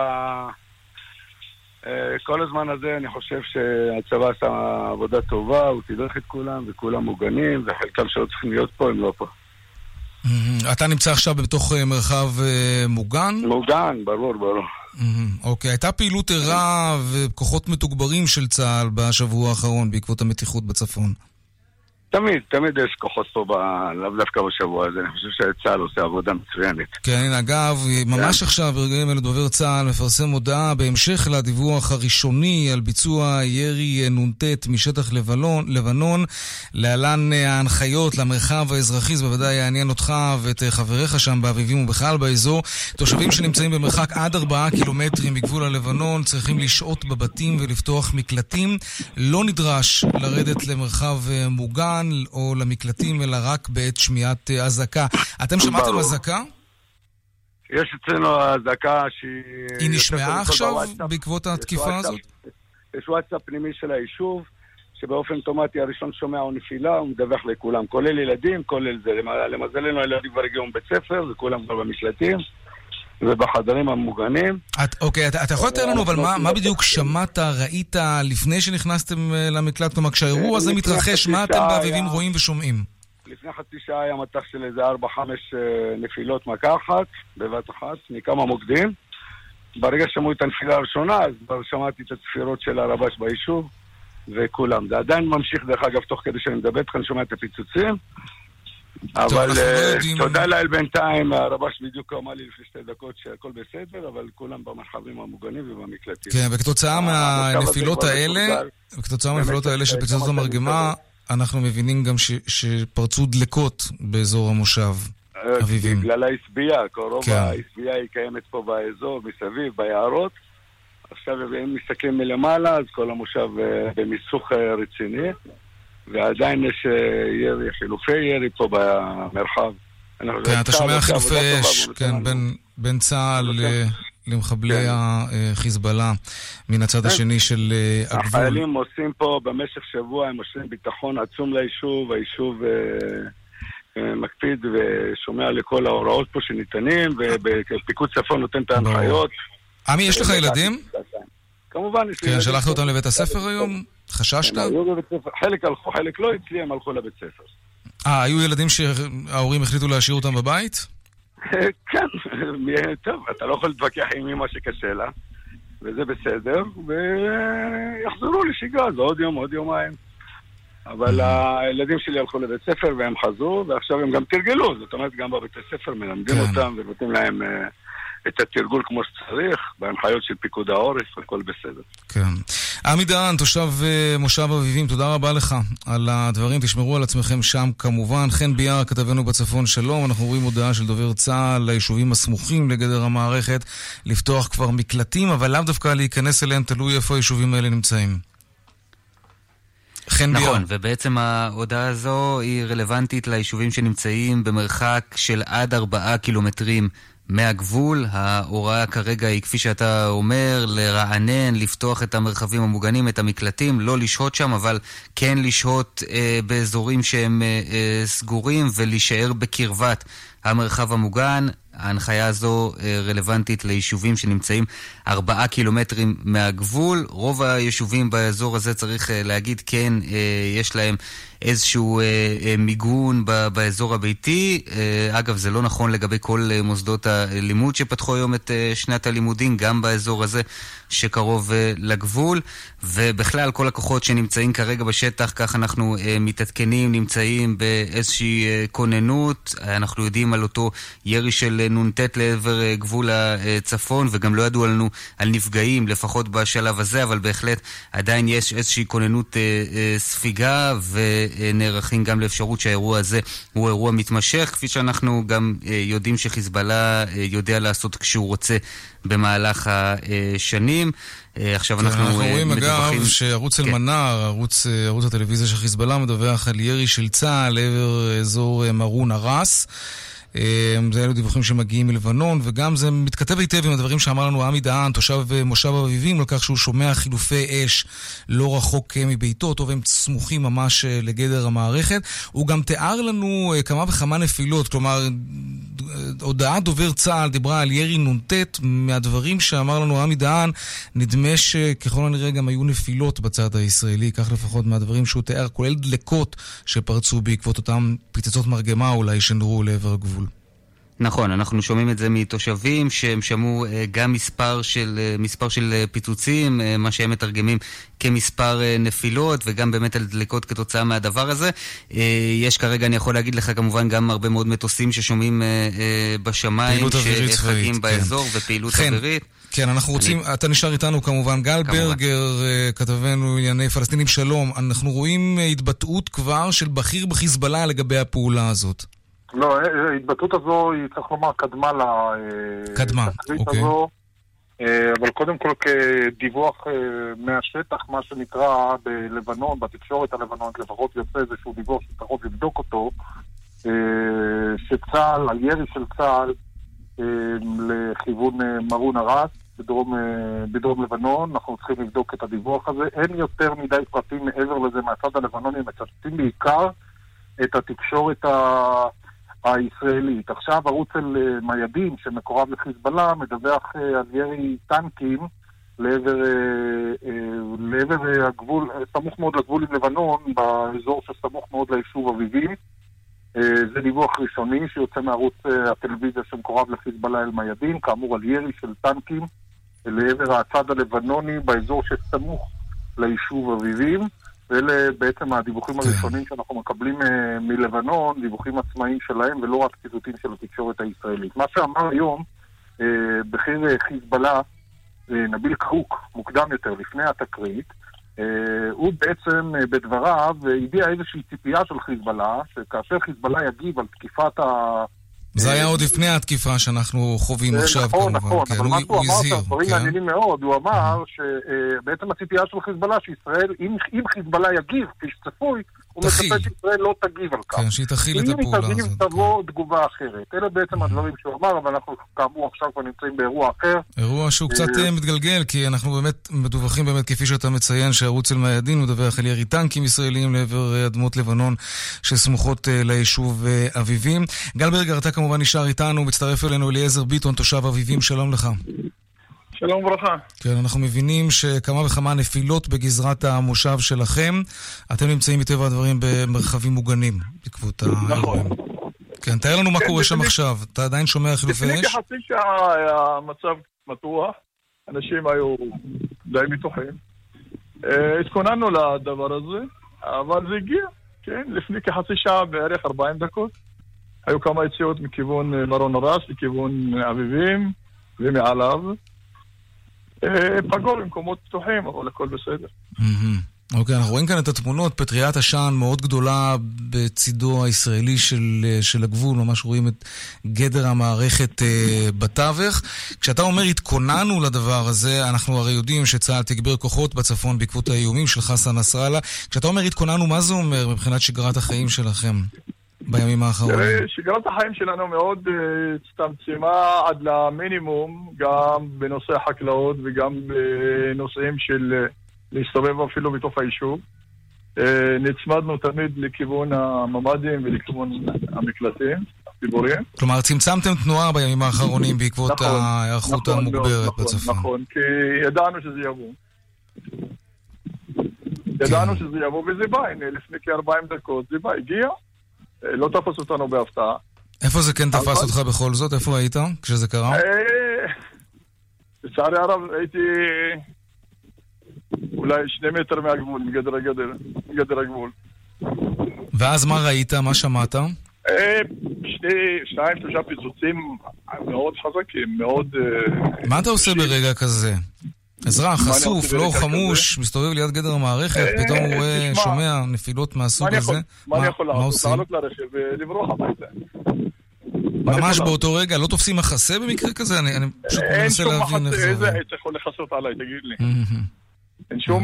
כל הזמן הזה אני חושב שהצבא עשה עבודה טובה, הוא תדרך את כולם וכולם מוגנים, וחלקם שלא צריכים להיות פה, הם לא פה. אתה נמצא עכשיו בתוך מרחב מוגן? מוגן, ברור. אוקיי, הייתה פעילות ערה וכוחות מתוגברים של צה"ל בשבוע האחרון בעקבות המתיחות בצפון. תמיד יש כוחות פה, לאו דווקא בשבוע הזה. אני חושב שצה"ל עושה עבודה מצוינת. כן, אגב, ממש עכשיו ברגעים אלה דובר צה"ל מפרסם הודעה בהמשך לדיווח הראשוני על ביצוע ירי נ"ט משטח לבנון. להלן ההנחיות למרחב האזרחי, זה בוודאי יעניין אותך ואת חבריך שם באביבים ובכלל באזור. תושבים שנמצאים במרחק עד 4 קילומטרים מגבול הלבנון צריכים לשהות בבתים ולפתוח מקלטים. לא נדרש לרדת למרחב מוגן או למקלטים, אלא רק בעת שמיעת אזעקה. אתם שמעתם אזעקה? יש אצלנו אזעקה היא נשמעה עכשיו בעקבות התקיפה הזאת? יש וואטסאפ פנימי של היישוב, שבאופן אוטומטי הראשון שומע או נפילה, הוא מדווח לכולם, כולל ילדים, כולל זה. למזלנו הילדים כבר הגיעו בבית ספר, וכולם כבר במקלטים. ובחדרים המוגנים. אוקיי, אתה יכול לתאר לנו, אבל מה בדיוק שמעת, ראית לפני שנכנסתם למקלט? כלומר, כשהאירוע הזה מתרחש, מה אתם באביבים רואים ושומעים? לפני חצי שעה היה מטח של איזה 4-5 נפילות מכה אחת, בבת אחת, מכמה מוקדים. ברגע שמעו את הנפילה הראשונה, אז שמעתי את הצפירות של הרבש ביישוב, וכולם. זה עדיין ממשיך, דרך אגב, תוך כדי שאני מדבר, אני שומע את הפיצוצים. אבל תודה לאל בינתיים, הרבש בדיוק אמר לי לפני 2 דקות שהכל בסדר, אבל כולם במרחבים המוגנים ובמקלטים. כן, וכתוצאה מהנפילות האלה של פיצוצות המרגמה, אנחנו מבינים גם שפרצו דלקות באזור המושב אביבים. בגלל העשבייה, רוב העשבייה היא קיימת פה באזור, מסביב, ביערות. עכשיו אם מסתכלים מלמעלה, אז כל המושב במיסוך רציני. ועדיין יש ירי, חילופי ירי פה במרחב. כן, אתה שומע חילופי אש, כן, בין צה"ל למחבלי החיזבאללה מן הצד השני של הגבול. החיילים עושים פה במשך שבוע, הם עושים ביטחון עצום ליישוב, היישוב מקפיד ושומע לכל ההוראות פה שניתנים, ובפיקוד צפון נותן את ההנחיות. עמי, יש לך ילדים? כמובן. כן, שלחת אותם לבית הספר היום? חששת? חלק הלכו, חלק לא, אצלי הם הלכו לבית ספר. היו ילדים שההורים החליטו להשאיר אותם בבית? כן, טוב, אתה לא יכול להתווכח עם אמא שקשה לה, וזה בסדר, ויחזרו לשגרה, זה עוד יום, עוד יומיים. אבל הילדים שלי הלכו לבית ספר והם חזרו, ועכשיו הם גם תרגלו, זאת אומרת, גם בבית הספר מלמדים אותם ונותנים להם את התרגול כמו שצריך, בהנחיות של פיקוד העורף, הכל בסדר. כן. עמי דהן, תושב מושב אביבים, תודה רבה לך על הדברים, תשמרו על עצמכם שם כמובן. חן ביאר, כתבנו בצפון, שלום, אנחנו רואים הודעה של דובר צה"ל ליישובים הסמוכים לגדר המערכת, לפתוח כבר מקלטים, אבל לאו דווקא להיכנס אליהם, תלוי איפה היישובים האלה נמצאים. נכון, ובעצם ההודעה הזו היא רלוונטית ליישובים שנמצאים במרחק של עד 4 קילומטרים מהגבול. ההוראה כרגע היא, כפי שאתה אומר, לרענן, לפתוח את המרחבים המוגנים, את המקלטים, לא לשהות שם, אבל כן לשהות באזורים שהם סגורים ולהישאר בקרבת המרחב המוגן. ההנחיה הזו רלוונטית ליישובים שנמצאים 4 קילומטרים מהגבול. רוב היישובים באזור הזה, צריך להגיד, כן, יש להם איזשהו מיגון באזור הביתי. אגב, זה לא נכון לגבי כל מוסדות הלימוד שפתחו היום את שנת הלימודים, גם באזור הזה שקרוב לגבול. ובכלל, כל הכוחות שנמצאים כרגע בשטח, כך אנחנו מתעדכנים, נמצאים באיזושהי כוננות. אנחנו יודעים על אותו ירי של נונטט לעבר גבול הצפון, וגם לא ידעו לנו על נפגעים, לפחות בשלב הזה, אבל בהחלט עדיין יש איזושהי כוננות ספיגה, ונערכים גם לאפשרות שהאירוע הזה הוא אירוע מתמשך, כפי שאנחנו גם יודעים שחיזבאללה יודע לעשות כשהוא רוצה במהלך השנים. עכשיו אנחנו רואים אגב שערוץ אל-מנאר, ערוץ הטלוויזיה של חיזבאללה, מדווח על ירי של צה"ל לעבר אזור מרון הרס. זה אלו דיווחים שמגיעים מלבנון, וגם זה מתכתב היטב עם הדברים שאמר לנו עמי דהן, תושב מושב אביבים, על כך שהוא שומע חילופי אש לא רחוק מביתו, אותו והם סמוכים ממש לגדר המערכת. הוא גם תיאר לנו כמה וכמה נפילות, כלומר הודעת דובר צה"ל דיברה על ירי נונטט. מהדברים שאמר לנו עמי דהן, נדמה שככל הנראה גם היו נפילות בצד הישראלי, כך לפחות מהדברים שהוא תיאר, כולל דלקות שפרצו בעקבות אותם פיצצות מרגמה אולי שנרו לעבר הגבול. נכון, אנחנו שומעים את זה מתושבים שהם שמעו גם מספר של פיצוצים, מה שהם מתרגמים כמספר נפילות, וגם באמת על דלקות כתוצאה מהדבר הזה. יש כרגע, אני יכול להגיד לך כמובן, גם הרבה מאוד מטוסים ששומעים בשמיים, שחגים באזור, ופעילות אווירית. כן, אנחנו רוצים, אתה נשאר איתנו כמובן. גל ברגר, כתבנו ענייני פלסטינים, שלום. אנחנו רואים התבטאות כבר של בכיר בחיזבאללה לגבי הפעולה הזאת. לא, ההתבטאות הזו היא, צריך לומר, קדמה לתקרית הזו, אבל קודם כל כדיווח מהשטח, מה שנקרא בלבנון, בתקשורת הלבנונית, לפחות יוצא איזשהו דיווח שצריך לבדוק אותו, שצה"ל, הירי של צה"ל לכיוון מרון הרס, בדרום לבנון. אנחנו צריכים לבדוק את הדיווח הזה. אין יותר מדי פרטים מעבר לזה מהצד הלבנוני, מצטטים בעיקר את התקשורת הישראלית. עכשיו ערוץ אל מיידים שמקורב לחיזבאללה מדווח על ירי טנקים לעבר הגבול, סמוך מאוד לגבול עם לבנון, באזור שסמוך מאוד ליישוב אביבים. זה דיווח ראשוני שיוצא מערוץ הטלוויזיה שמקורב לחיזבאללה אל מיידים, כאמור על ירי של טנקים לעבר הצד הלבנוני באזור שסמוך ליישוב אביבים, ואלה בעצם הדיווחים הראשונים שאנחנו מקבלים מלבנון, דיווחים עצמאיים שלהם ולא רק ציטוטים של התקשורת הישראלית. מה שאמר היום בכיר חיזבאללה, נביל קרוק, מוקדם יותר לפני התקרית, הוא בעצם בדבריו הביע איזושהי ציפייה של חיזבאללה, שכאשר חיזבאללה יגיב על תקיפת זה היה עוד לפני התקיפה שאנחנו חווים עכשיו, כמובן. נכון, אבל מה שהוא אמר, דברים מעניינים מאוד, הוא אמר שבעצם הציפייה של חיזבאללה, שישראל, אם חיזבאללה יגיב, כפי שצפוי, הוא מצפה שישראל לא תגיב על כך. כן, שהיא תכיל את הפעולה הזאת. אם היא תגיב, תבוא תגובה אחרת. אלה בעצם הדברים שהוא אמר, אבל אנחנו כאמור עכשיו כבר נמצאים באירוע אחר. אירוע שהוא קצת מתגלגל, כי אנחנו באמת מדווחים באמת, כפי שאתה מציין, שערוץ אל-מיאדין מדווח על ירי טנקים ישראלים לעבר אדמות לבנון שסמוכות ליישוב אביבים. גל ברגר, אתה כמובן נשאר איתנו, מצטרף אלינו אליעזר ביטון, תושב אביבים, שלום לך. שלום וברכה. כן, אנחנו מבינים שכמה וכמה נפילות בגזרת המושב שלכם. אתם נמצאים מטבע הדברים במרחבים מוגנים בעקבות האירועים. כן, תאר לנו מה קורה שם עכשיו. אתה עדיין שומע חילופי אש? לפני כחצי שעה המצב מתוח, אנשים היו די מתוחים. התכוננו לדבר הזה, אבל זה הגיע. כן, לפני כחצי שעה, בערך 40 דקות. היו כמה יציאות מכיוון מרון הרס, לכיוון אביבים ומעליו. פגעו במקומות פתוחים, אבל הכל בסדר. אוקיי, אנחנו רואים כאן את התמונות, פטריית עשן מאוד גדולה בצידו הישראלי של הגבול, ממש רואים את גדר המערכת בתווך. כשאתה אומר התכוננו לדבר הזה, אנחנו הרי יודעים שצה"ל תגבר כוחות בצפון בעקבות האיומים של חסן נסראללה. כשאתה אומר התכוננו, מה זה אומר מבחינת שגרת החיים שלכם בימים האחרונים? שגרת החיים שלנו מאוד הצטמצמה עד למינימום, גם בנושא החקלאות וגם בנושאים של להסתובב אפילו בתוך היישוב. נצמדנו תמיד לכיוון הממדים ולכיוון המקלטים, הציבוריים. כלומר, צמצמתם תנועה בימים האחרונים בעקבות ההיערכות המוגברת בצפון. נכון, כי ידענו שזה יבוא. ידענו שזה יבוא וזה בא, הנה, לפני כ-40 דקות זה בא, הגיע. לא תפס אותנו בהפתעה. איפה זה כן תפס אותך בכל זאת? איפה היית כשזה קרה? לצערי הרב הייתי אולי 2 מטר מהגבול, מגדר הגבול. ואז מה ראית? מה שמעת? 2-3 פיצוצים מאוד חזקים, מאוד... מה אתה עושה ברגע כזה? אזרח חשוף, לא חמוש, מסתובב ליד גדר המערכת, פתאום הוא רואה, שומע נפילות מהסוג הזה. מה אני יכול לעשות? לעלות לרכב ולברוח הביתה. ממש באותו רגע, לא תופסים מחסה במקרה כזה? אני פשוט מנסה להבין איך זה. איזה עץ יכול לחסות עליי, תגיד לי. אין שום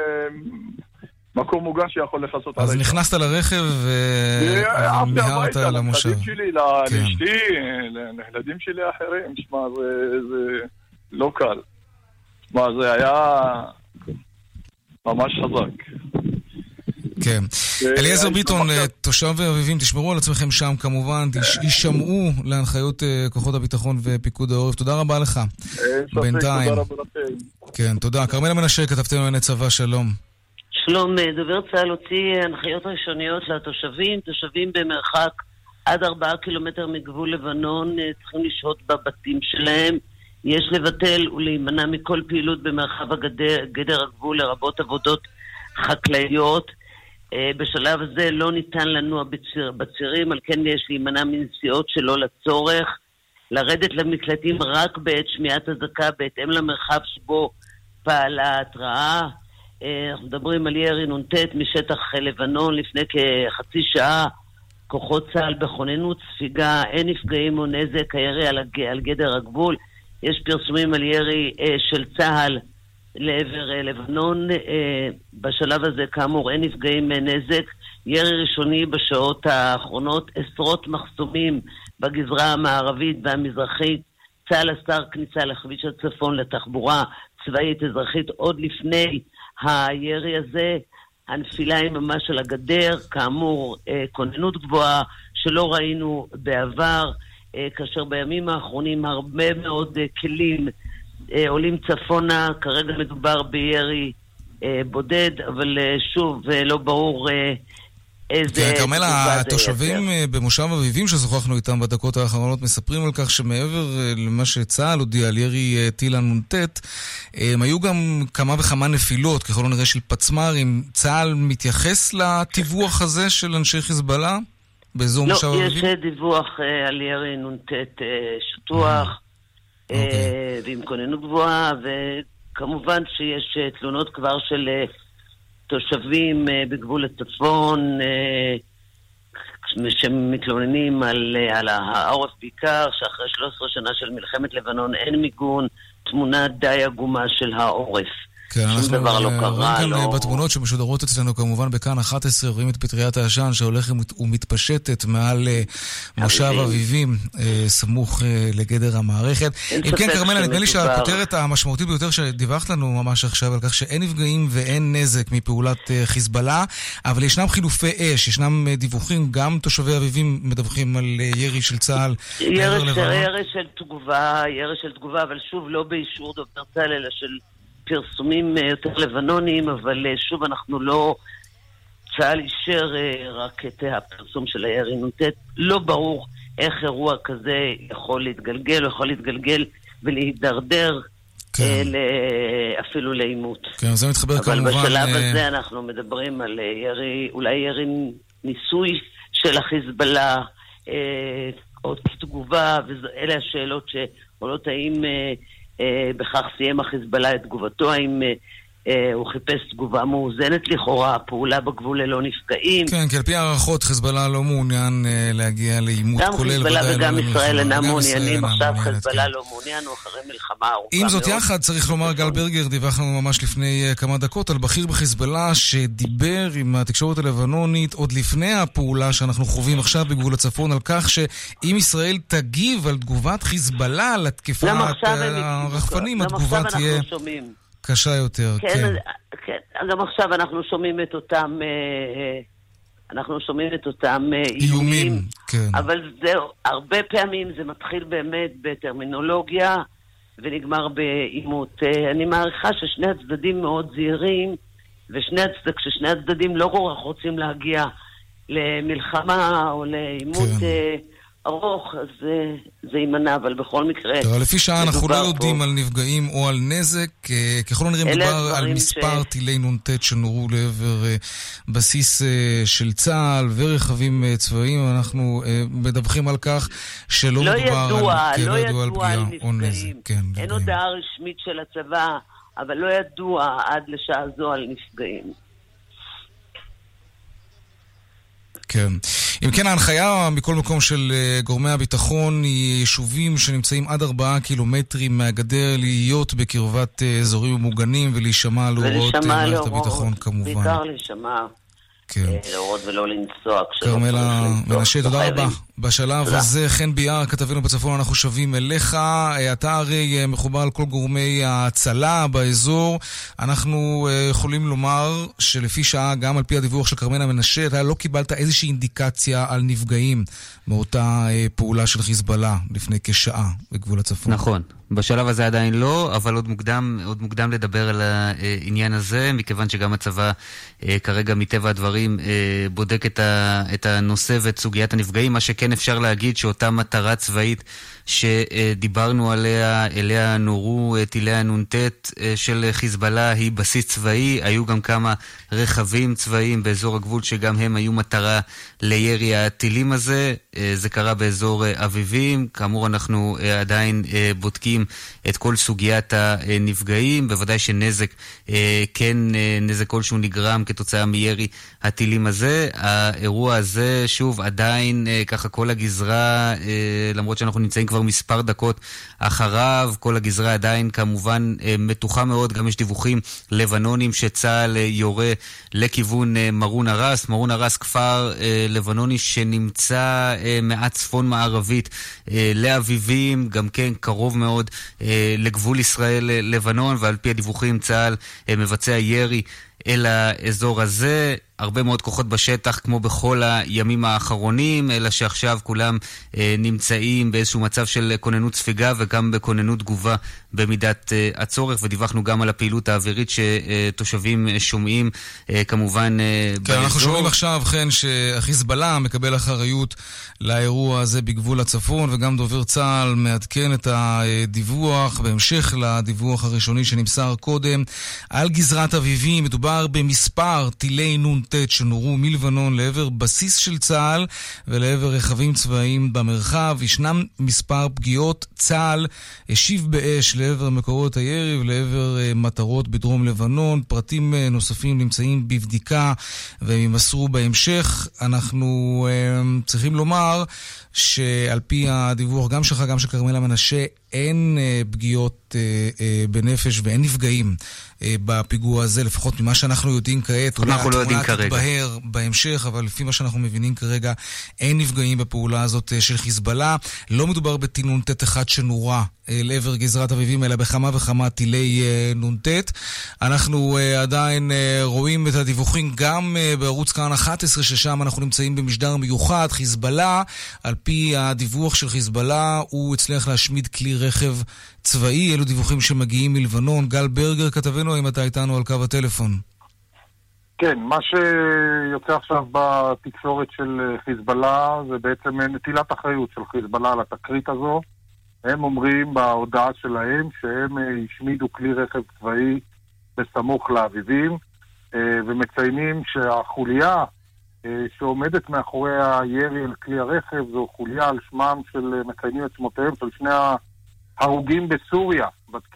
מקום מוגן שיכול לחסות עליי. אז נכנסת לרכב ומיהרת למושב. לילדים שלי, לאשתי, לילדים שלי האחרים, שמע, זה לא קל. מה, זה היה ממש חזק. כן. אליעזר ביטון, תושב אביבים, תשמרו על עצמכם שם כמובן, תשמעו להנחיות כוחות הביטחון ופיקוד העורף. תודה רבה לך. בינתיים. כן, תודה. כרמל מנשה, כתבתנו לענייני צבא, שלום. שלום, דובר צה"ל הוציא הנחיות ראשוניות לתושבים, תושבים במרחק עד 4 קילומטר מגבול לבנון, צריכים לשהות בבתים שלהם. יש לבטל ולהימנע מכל פעילות במרחב גדר הגבול, לרבות עבודות חקלאיות. בשלב הזה לא ניתן לנוע בצירים, על כן יש להימנע מנסיעות שלא לצורך. לרדת למקלטים רק בעת שמיעת אזעקה בהתאם למרחב שבו פעלה ההתראה. אנחנו מדברים על ירי נ"ט משטח לבנון לפני כחצי שעה. כוחות צה"ל בכוננות ספיגה, אין נפגעים או נזק, הירי על גדר הגבול. יש פרסומים על ירי של צה"ל לעבר לבנון. בשלב הזה כאמור אין נפגעים נזק. ירי ראשוני בשעות האחרונות, עשרות מחסומים בגזרה המערבית והמזרחית. צה"ל אסר כניסה לכביש הצפון לתחבורה צבאית אזרחית עוד לפני הירי הזה. הנפילה היא ממש על הגדר, כאמור כוננות גבוהה שלא ראינו בעבר, כאשר בימים האחרונים הרבה מאוד כלים עולים צפונה. כרגע מדובר בירי בודד, אבל שוב לא ברור כרמל, התושבים במושב אביבים ששוחחנו איתם בדקות האחרונות מספרים על כך שמעבר למה שצה"ל הודיע על ירי טיל הנ"ט, היו גם כמה וכמה נפילות, ככל הנראה של פצמ"רים. צה"ל מתייחס לטיווח הזה של אנשי חיזבאללה באזור מושב אביבים? לא, יש דיווח על ירי נ"ט שטוח ועם כוננות גבוהה, וכמובן שיש תלונות כבר של תושבים בגבול הצפון שמתלוננים על העורף בעיקר, שאחרי 13 שנה של מלחמת לבנון אין מיגון, תמונה די עגומה של העורף. כן, אנחנו רואים כאן בתמונות שמשודרות אצלנו כמובן בכאן 11, רואים את פטריית העשן שהולכת ומתפשטת מעל מושב אביבים, סמוך לגדר המערכת. אם כן, כרמל, נדמה לי שהכותרת המשמעותית ביותר שדיווחת לנו ממש עכשיו על כך שאין נפגעים ואין נזק מפעולת חיזבאללה, אבל ישנם חילופי אש, ישנם דיווחים, גם תושבי אביבים מדווחים על ירי של צה"ל. ירי של תגובה, אבל שוב לא באישור דובר צה"ל, אלא של פרסומים יותר לבנונים, אבל שוב אנחנו לא, צה"ל אישר רק את הפרסום של הירי נ"ט. לא ברור איך אירוע כזה יכול להתגלגל ולהידרדר אפילו לעימות. כן, זה מתחבר אבל כמובן. אבל בשלב הזה אנחנו מדברים על ירי, אולי ירי ניסוי של החיזבאללה, עוד כתגובה, ואלה השאלות שעולות האם בכך סיים החיזבאללה את תגובתו, האם הוא חיפש תגובה מאוזנת לכאורה, פעולה בגבול ללא נפגעים. כן, כי על פי הערכות חיזבאללה לא מעוניין להגיע לעימות כולל. גם חיזבאללה וגם ישראל אינם מעוניינים, עכשיו חיזבאללה לא מעוניין, הוא אחרי מלחמה ארוכה. עם זאת יחד, צריך לומר, גל ברגר דיווחנו ממש לפני כמה דקות על בכיר בחיזבאללה שדיבר עם התקשורת הלבנונית עוד לפני הפעולה שאנחנו חווים עכשיו בגבול הצפון, על כך שאם ישראל תגיב על תגובת חיזבאללה לתקיפת הרחפנים, התגובה תהיה קשה יותר. כן, גם עכשיו אנחנו שומעים את אותם איומים, אבל זהו, הרבה פעמים זה מתחיל באמת בטרמינולוגיה ונגמר בעימות. אני מעריכה ששני הצדדים מאוד זהירים, כששני הצדדים לא כל כך רוצים להגיע למלחמה או לעימות ארוך, אז זה יימנע, אבל בכל מקרה... לפי שעה אנחנו לא יודעים על נפגעים או על נזק, ככל הנראה מדובר על מספר טילי נ"ט שנורו לעבר בסיס של צה"ל ורכבים צבאיים, אנחנו מדווחים על כך שלא מדובר על פגיעה או נזק. אין הודעה רשמית של הצבא, אבל לא ידוע עד לשעה זו על נפגעים. כן. אם כן, ההנחיה מכל מקום של גורמי הביטחון היא יישובים שנמצאים עד 4 קילומטרים מהגדר להיות בקרבת אזורים מוגנים ולהישמע להוראות מערכת הביטחון כמובן. בעיקר להישמע להורות ולא לנסוע. כרמל מנשה, תודה רבה. בשלב הזה, חן ביאר, כתבנו בצפון, אנחנו שווים אליך. אתה הרי מחובר על כל גורמי ההצלה באזור. אנחנו יכולים לומר שלפי שעה, גם על פי הדיווח של כרמל מנשה, אתה לא קיבלת איזושהי אינדיקציה על נפגעים מאותה פעולה של חיזבאללה לפני כשעה בגבול הצפון. נכון. בשלב הזה עדיין לא, אבל עוד מוקדם לדבר על העניין הזה, מכיוון שגם הצבא כרגע מטבע הדברים בודק את הנושא ואת סוגיית הנפגעים. מה שכן אפשר להגיד שאותה מטרה צבאית שדיברנו עליה, אליה נורו טילי הנ"ט של חיזבאללה, היא בסיס צבאי. היו גם כמה רכבים צבאיים באזור הגבול שגם הם היו מטרה לירי הטילים הזה. זה קרה באזור אביבים. כאמור, אנחנו עדיין בודקים את כל סוגיית הנפגעים. בוודאי שנזק, כן, נזק כלשהו נגרם כתוצאה מירי הטילים הזה. האירוע הזה, שוב, עדיין ככה כל הגזרה, למרות שאנחנו נמצאים כבר מספר דקות אחריו, כל הגזרה עדיין כמובן מתוחה מאוד. גם יש דיווחים לבנונים שצה"ל יורה לכיוון מרון הרס. מרון הרס כפר לבנוני שנמצא מעט צפון מערבית לאביבים, גם כן קרוב מאוד לגבול ישראל לבנון, ועל פי הדיווחים צה"ל מבצע ירי אל האזור הזה. הרבה מאוד כוחות בשטח כמו בכל הימים האחרונים, אלא שעכשיו כולם נמצאים באיזשהו מצב של כוננות ספיגה וגם בכוננות תגובה במידת הצורך, ודיווחנו גם על הפעילות האווירית שתושבים שומעים כמובן באזור. אנחנו שומעים עכשיו שהחיזבאללה מקבל אחריות לאירוע הזה בגבול הצפון, וגם דובר צה"ל מעדכן את הדיווח בהמשך לדיווח הראשוני שנמסר קודם על גזרת אביבים. מדובר במספר טילי נ"ט שנורו מלבנון לעבר בסיס של צה"ל ולעבר רכבים צבאיים במרחב. ישנם מספר פגיעות. צה"ל השיב באש לעבר מקורות הירי ולעבר מטרות בדרום לבנון. פרטים נוספים נמצאים בבדיקה והם יימסרו בהמשך. אנחנו צריכים לומר שעל פי הדיווח גם שלך, גם של כרמלה מנשה, אין פגיעות בנפש ואין נפגעים בפיגוע הזה, לפחות ממה שאנחנו יודעים כעת. אולי התמונה תתבהר בהמשך, אבל לפי מה שאנחנו מבינים כרגע, אין נפגעים בפעולה הזאת של חיזבאללה. לא מדובר בטיל נ"ט אחד שנורה לעבר גזרת אביבים, אלא בכמה וכמה טילי נ"ט. אנחנו עדיין רואים את הדיווחים גם בערוץ כאן 11, ששם אנחנו נמצאים במשדר מיוחד. חיזבאללה, על פי הדיווח של חיזבאללה, הוא הצליח להשמיד כלי רכב צבאי. אלו דיווחים שמגיעים מלבנון. גל ברגר כתבנו, האם אתה איתנו על קו הטלפון? כן, מה שיוצא עכשיו בתקשורת של חיזבאללה זה בעצם נטילת אחריות של חיזבאללה על התקרית הזו. הם אומרים בהודעה שלהם שהם השמידו כלי רכב צבאי בסמוך לאביבים, ומציינים שהחוליה שעומדת מאחורי הירי על כלי הרכב זו חוליה על שמם של מציינים את שמותיהם של שני ההרוגים בסוריה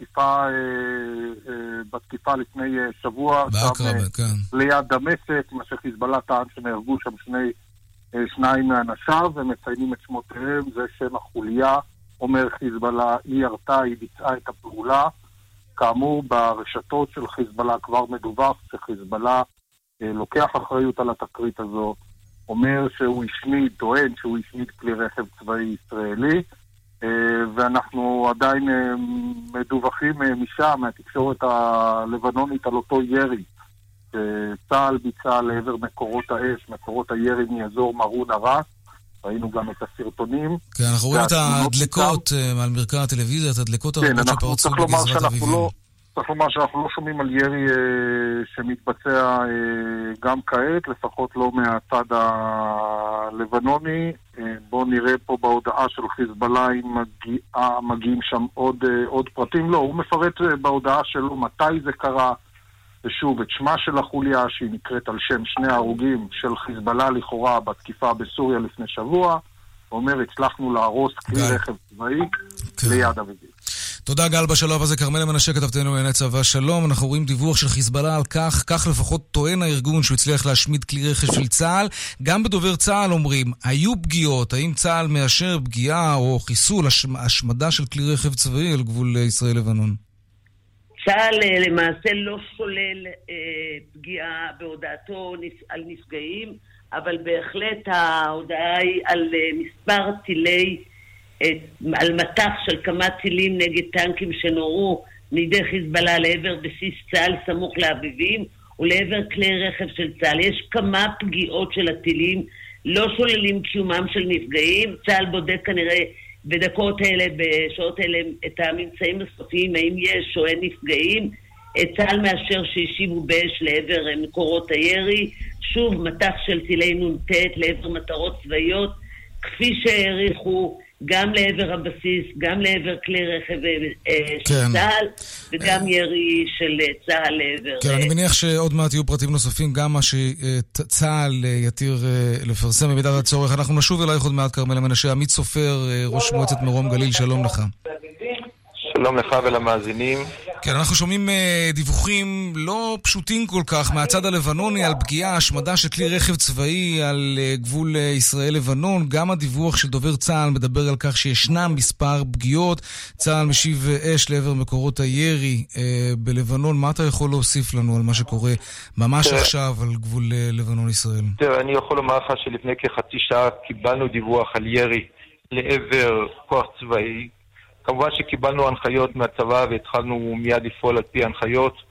בתקיפה לפני שבוע ליד דמשק, מה שחיזבאללה טען שנהרגו שם שניים מאנשיו, ומציינים את שמותיהם. זה שם החוליה, אומר חיזבאללה, היא ירתה, היא ביצעה את הפעולה. כאמור, ברשתות של חיזבאללה כבר מדווח שחיזבאללה לוקח אחריות על התקרית הזו, אומר שהוא השמיד, טוען שהוא השמיד כלי רכב צבאי ישראלי, ואנחנו עדיין מדווחים משם, מהתקשורת הלבנונית, על אותו ירי צה"ל ביצע לעבר מקורות האש, מקורות הירי מאזור מרון הרס. ראינו גם את הסרטונים. כן, אנחנו רואים את הדלקות על מרקע הטלוויזיה, את הדלקות הרבות שפרצו בגזרת אביבים. צריך לומר שאנחנו לא שומעים על ירי שמתבצע גם כעת, לפחות לא מהצד הלבנוני. בואו נראה פה בהודעה של חיזבאללה אם מגיעים שם עוד פרטים. לא, הוא מפרט בהודעה שלו מתי זה קרה, ושוב את שמה של החוליה שהיא נקראת על שם שני ההרוגים של חיזבאללה לכאורה בתקיפה בסוריה לפני שבוע. הוא אומר, הצלחנו להרוס כלי רכב צבאי ליד אביבים. תודה גל בשלב הזה. כרמלה מנשה כתבתנו לענייני צבא, שלום. אנחנו רואים דיווח של חיזבאללה על כך לפחות טוען הארגון שהוא הצליח להשמיד כלי רכב של צה"ל. גם בדובר צה"ל אומרים, היו פגיעות, האם צה"ל מאשר פגיעה או חיסול, השמדה של כלי רכב צבאי על גבול ישראל-לבנון? צה"ל למעשה לא שולל פגיעה בהודעתו על נפגעים, אבל בהחלט ההודעה היא על מספר טילי, על מטח של כמה טילים נגד טנקים שנורו מידי חיזבאללה לעבר בסיס צה"ל סמוך לאביבים ולעבר כלי רכב של צה"ל. יש כמה פגיעות של הטילים, לא שוללים קיומם של נפגעים. צה"ל בודק כנראה בדקות האלה, בשעות האלה, את הממצאים הסופיים, האם יש או אין נפגעים. צה"ל מאשר שהשיבו באש לעבר מקורות הירי, שוב מטח של טילי נ"ט לעבר מטרות צבאיות, כפי שהעריכו, גם לעבר הבסיס, גם לעבר כלי רכב של צה"ל, וגם ירי של צה"ל לעבר... כן, אני מניח שעוד מעט יהיו פרטים נוספים, גם מה שצה"ל יתיר לפרסם במידת הצורך. אנחנו נשוב אלייך עוד מעט, כרמלה מנשה. עמית סופר, ראש מועצת מרום גליל, שלום לך. שלום לך ולמאזינים. כן, אנחנו שומעים דיווחים לא פשוטים כל כך מהצד הלבנוני על פגיעה, השמדה של כלי רכב צבאי על גבול ישראל-לבנון. גם הדיווח של דובר צה"ל מדבר על כך שישנם מספר פגיעות. צה"ל משיב אש לעבר מקורות הירי בלבנון. מה אתה יכול להוסיף לנו על מה שקורה ממש עכשיו על גבול לבנון-ישראל? תראה, אני יכול לומר לך שלפני כחצי שעה קיבלנו דיווח על ירי לעבר כוח צבאי. כמובן שקיבלנו הנחיות מהצבא והתחלנו מיד לפעול על פי הנחיות.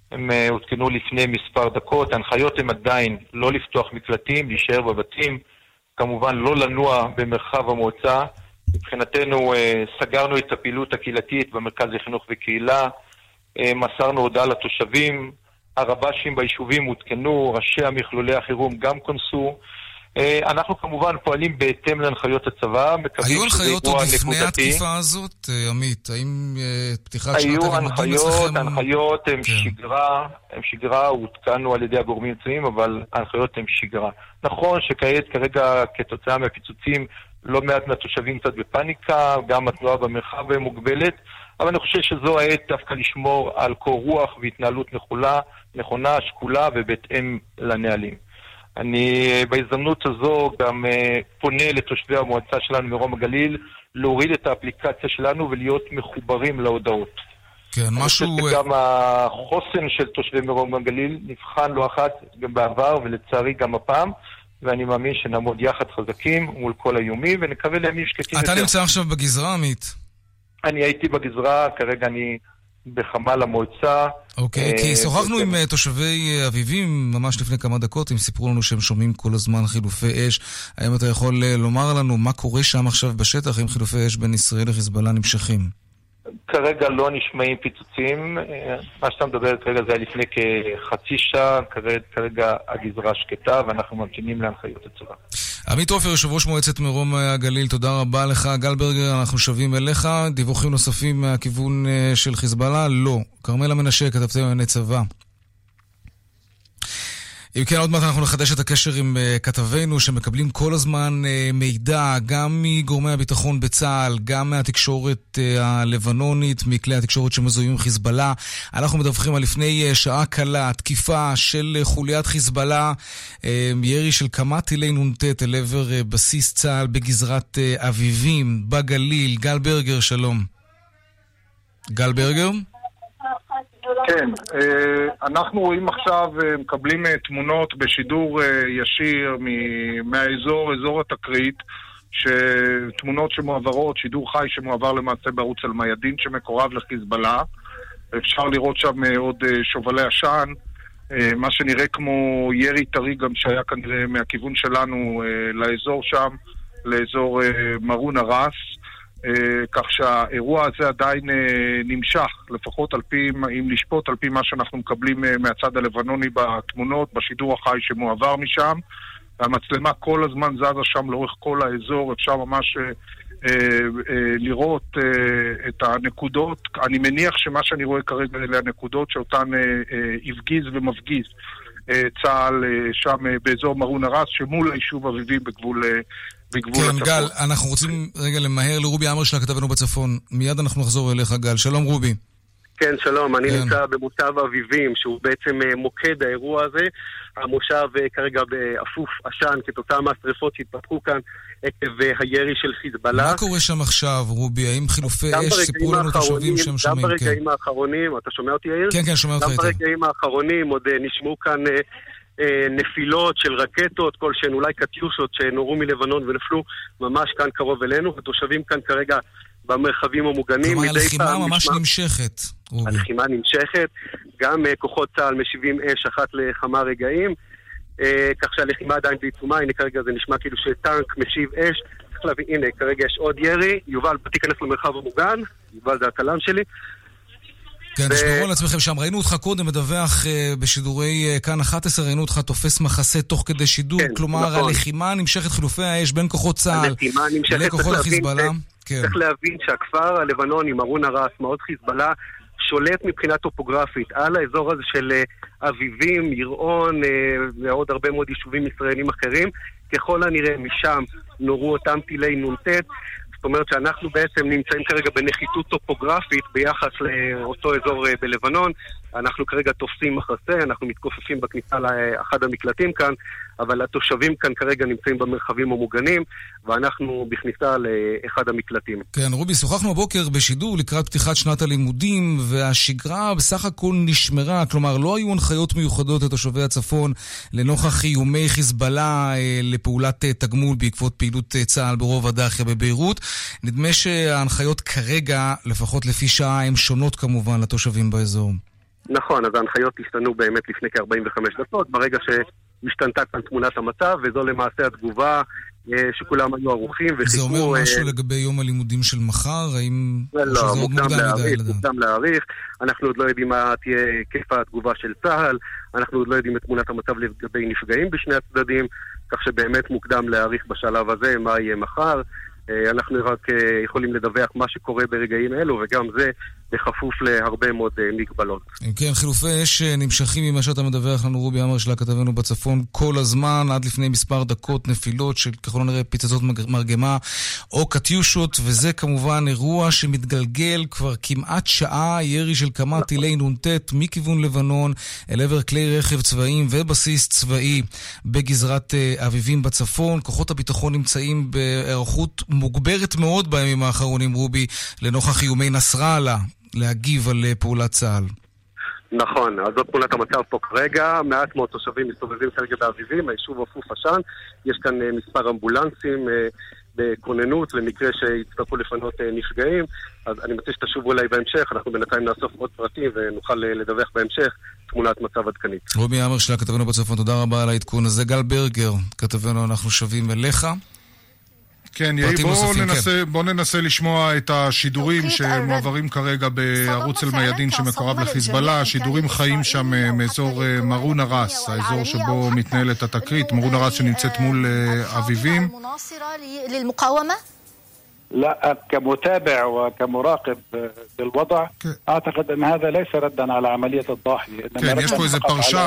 הם הותקנו לפני מספר דקות. ההנחיות הן עדיין לא לפתוח מקלטים, להישאר בבתים, כמובן לא לנוע במרחב המועצה. מבחינתנו סגרנו את הפעילות הקהילתית במרכז לחינוך וקהילה, מסרנו הודעה לתושבים, הרב"שים ביישובים הותקנו, ראשי המכלולי החירום גם כונסו. אנחנו כמובן פועלים בהתאם להנחיות הצבא, היו הנחיות עוד לפני התקיפה הזאת, עמית? האם פתיחת שנת הלימודים אצלכם? הנחיות הן שגרה, הותקנו על ידי הגורמים הצבאיים, אבל ההנחיות הן שגרה. נכון שכרגע כתוצאה מהפיצוצים לא מעט מהתושבים קצת בפניקה, גם התנועה במרחב מוגבלת, אבל אני חושב שזו העת דווקא לשמור על קור רוח והתנהלות נכונה, שקולה ובהתאם לנהלים. אני בהזדמנות הזו גם פונה לתושבי המועצה שלנו מרום הגליל להוריד את האפליקציה שלנו ולהיות מחוברים להודעות. כן, משהו... גם החוסן של תושבי מרום הגליל נבחן לא אחת גם בעבר ולצערי גם הפעם, ואני מאמין שנעמוד יחד חזקים מול כל האיומים ונקווה לימים שקטים יותר. אתה נמצא עכשיו בגזרה, עמית? אני הייתי בגזרה, כרגע אני בחמ"ל המועצה. אוקיי, כי שוחחנו עם תושבי אביבים ממש לפני כמה דקות, הם סיפרו לנו שהם שומעים כל הזמן חילופי אש. האם אתה יכול לומר לנו מה קורה שם עכשיו בשטח, האם חילופי אש בין ישראל לחיזבאללה נמשכים? כרגע לא נשמעים פיצוצים, מה שאתה מדבר כרגע זה היה לפני כחצי שעה, כרגע הגזרה שקטה ואנחנו ממתינים להנחיות הצבא. עמית עופר, יושב ראש מועצת מרום הגליל, תודה רבה לך. גל ברגר, אנחנו שבים אליך. דיווחים נוספים מהכיוון של חיזבאללה? לא. כרמלה מנשה, כתבתם ענייני צבא. אם כן, עוד מעט אנחנו נחדש את הקשר עם כתבינו שמקבלים כל הזמן מידע גם מגורמי הביטחון בצה"ל, גם מהתקשורת הלבנונית, מכלי התקשורת שמזוהים עם חיזבאללה. אנחנו מדווחים על לפני שעה קלה, תקיפה של חוליית חיזבאללה, ירי של כמה טילי נ"ט אל עבר בסיס צה"ל בגזרת אביבים, בגליל. גל ברגר, שלום. גל ברגר? כן, אנחנו רואים עכשיו, מקבלים תמונות בשידור ישיר מהאזור, אזור התקרית, תמונות שמועברות, שידור חי שמועבר למעשה בערוץ אל-מיאדין שמקורב לחיזבאללה. אפשר לראות שם עוד שובלי עשן, מה שנראה כמו ירי טרי גם שהיה כנראה מהכיוון שלנו לאזור שם, לאזור מרון הרס. כך שהאירוע הזה עדיין נמשך, לפחות על פי, אם לשפוט על פי מה שאנחנו מקבלים מהצד הלבנוני בתמונות, בשידור החי שמועבר משם. והמצלמה כל הזמן זזה שם לאורך כל האזור, אפשר ממש לראות את הנקודות. אני מניח שמה שאני רואה כרגע אלה הנקודות שאותן הפגיז ומפגיז צה"ל שם באזור מרון הרס, שמול היישוב אביבים בגבול כן, הצפון. גל, אנחנו רוצים רגע למהר לרובי עמר שלה, כתבנו בצפון. מיד אנחנו נחזור אליך, גל. שלום רובי. כן, שלום. אני נמצא במושב אביבים, שהוא בעצם מוקד האירוע הזה. המושב כרגע באפוף עשן כתוצאה מהשריפות שהתפתחו כאן עקב הירי של חיזבאללה. מה קורה שם עכשיו, רובי? האם חילופי אש סיפרו לנו תושבים שהם שומעים? גם ברגעים האחרונים, אתה שומע אותי יאיר? כן, כן, שומע אותך. גם ברגעים האחרונים עוד נשמעו כאן נפילות של רקטות, כלשהן אולי קטיושות שנורו מלבנון ונפלו ממש כאן קרוב אלינו, התושבים כאן כרגע במרחבים המוגנים. כלומר, הלחימה ממש נמשכת. הלחימה נמשכת, גם כוחות צה"ל משיבים אש אחת לכמה רגעים, כך שהלחימה עדיין בעיצומה. הנה כרגע זה נשמע כאילו שטנק משיב אש, צריך להבין, הנה כרגע יש עוד ירי, יובל תיכנס למרחב המוגן, יובל זה הכלם שלי. כן, תשמרו על עצמכם שם. ראינו אותך קודם מדווח בשידורי כאן 11, ראינו אותך תופס מחסה תוך כדי שידור, כלומר הלחימה נמשכת, חילופי האש בין כוחות צה"ל לכוחות החיזבאללה. צריך להבין שהכפר הלבנוני, מרון הרס, מעוז חיזבאללה, שולט מבחינה טופוגרפית על האזור הזה של אביבים, ירעון ועוד הרבה מאוד יישובים ישראלים אחרים. ככל הנראה משם נורו אותם טילי נ"ט. זאת אומרת שאנחנו בעצם נמצאים כרגע בנחיתות טופוגרפית ביחס לאותו אזור בלבנון. אנחנו כרגע תופסים מחסה, אנחנו מתכופפים בכניסה לאחד המקלטים כאן, אבל התושבים כאן כרגע נמצאים במרחבים המוגנים, ואנחנו בכניסה לאחד המקלטים. כן, רובי, שוחחנו הבוקר בשידור לקראת פתיחת שנת הלימודים, והשגרה בסך הכל נשמרה, כלומר לא היו הנחיות מיוחדות לתושבי הצפון לנוכח איומי חיזבאללה לפעולת תגמול בעקבות פעילות צה"ל ברוב הדאחיה בביירות. נדמה שההנחיות כרגע, לפחות לפי שעה, הן שונות כמובן לתושבים באזור. נכון, אז ההנחיות השתנו באמת לפני כ-45 דקות, ברגע שהשתנתה כאן תמונת המצב, וזו למעשה התגובה שכולם היו ערוכים וחיכו. זה אומר משהו לגבי יום הלימודים של מחר? האם... לא, מוקדם להעריך. אנחנו עוד לא יודעים מה תהיה היקף התגובה של צה"ל, אנחנו עוד לא יודעים את תמונת המצב לגבי נפגעים בשני הצדדים, כך שבאמת מוקדם להעריך בשלב הזה מה יהיה מחר. אנחנו רק יכולים לדווח מה שקורה ברגעים אלו, וגם זה בכפוף להרבה מאוד מגבלות. כן, חילופי אש נמשכים ממה שאתה מדווח לנו, רובי עמר שלה, כתבנו בצפון, כל הזמן, עד לפני מספר דקות נפילות של ככל הנראה פיצצות מרגמה או קטיושות, וזה כמובן אירוע שמתגלגל כבר כמעט שעה, ירי של כמה טילי נ"ט מכיוון לבנון אל עבר כלי רכב צבאיים ובסיס צבאי בגזרת אביבים בצפון. כוחות הביטחון נמצאים בהיערכות מוגברת מאוד בימים האחרונים, רובי, לנוכח איומי נסראללה להגיב על פעולת צה"ל. נכון, אז זאת תמונת המצב פה כרגע, מעט מאוד תושבים מסתובבים כרגע באביבים, היישוב אפוף עשן, יש כאן מספר אמבולנסים בכוננות למקרה שיצטרכו לפנות נפגעים, אז אני מציע שתשובו אליי בהמשך, אנחנו בינתיים נאסוף עוד פרטים ונוכל לדווח בהמשך תמונת מצב עדכנית. רובי עמר שלה, כתבנו בצפון, תודה רבה על העדכון הזה. גל ברגר, כתבנו, אנחנו שבים אליך. כן, בוא ננסה לשמוע את השידורים שמועברים כרגע בערוץ אל-מיאדין שמקורב לחיזבאללה. שידורים חיים שם מאזור מרון הרס, האזור שבו מתנהלת התקרית. מרון הרס שנמצאת מול אביבים. لا كمتابع وكمراقب للوضع أعتقد أن هذا ليس ردا على عملية الضاحية. כן, יש פה איזה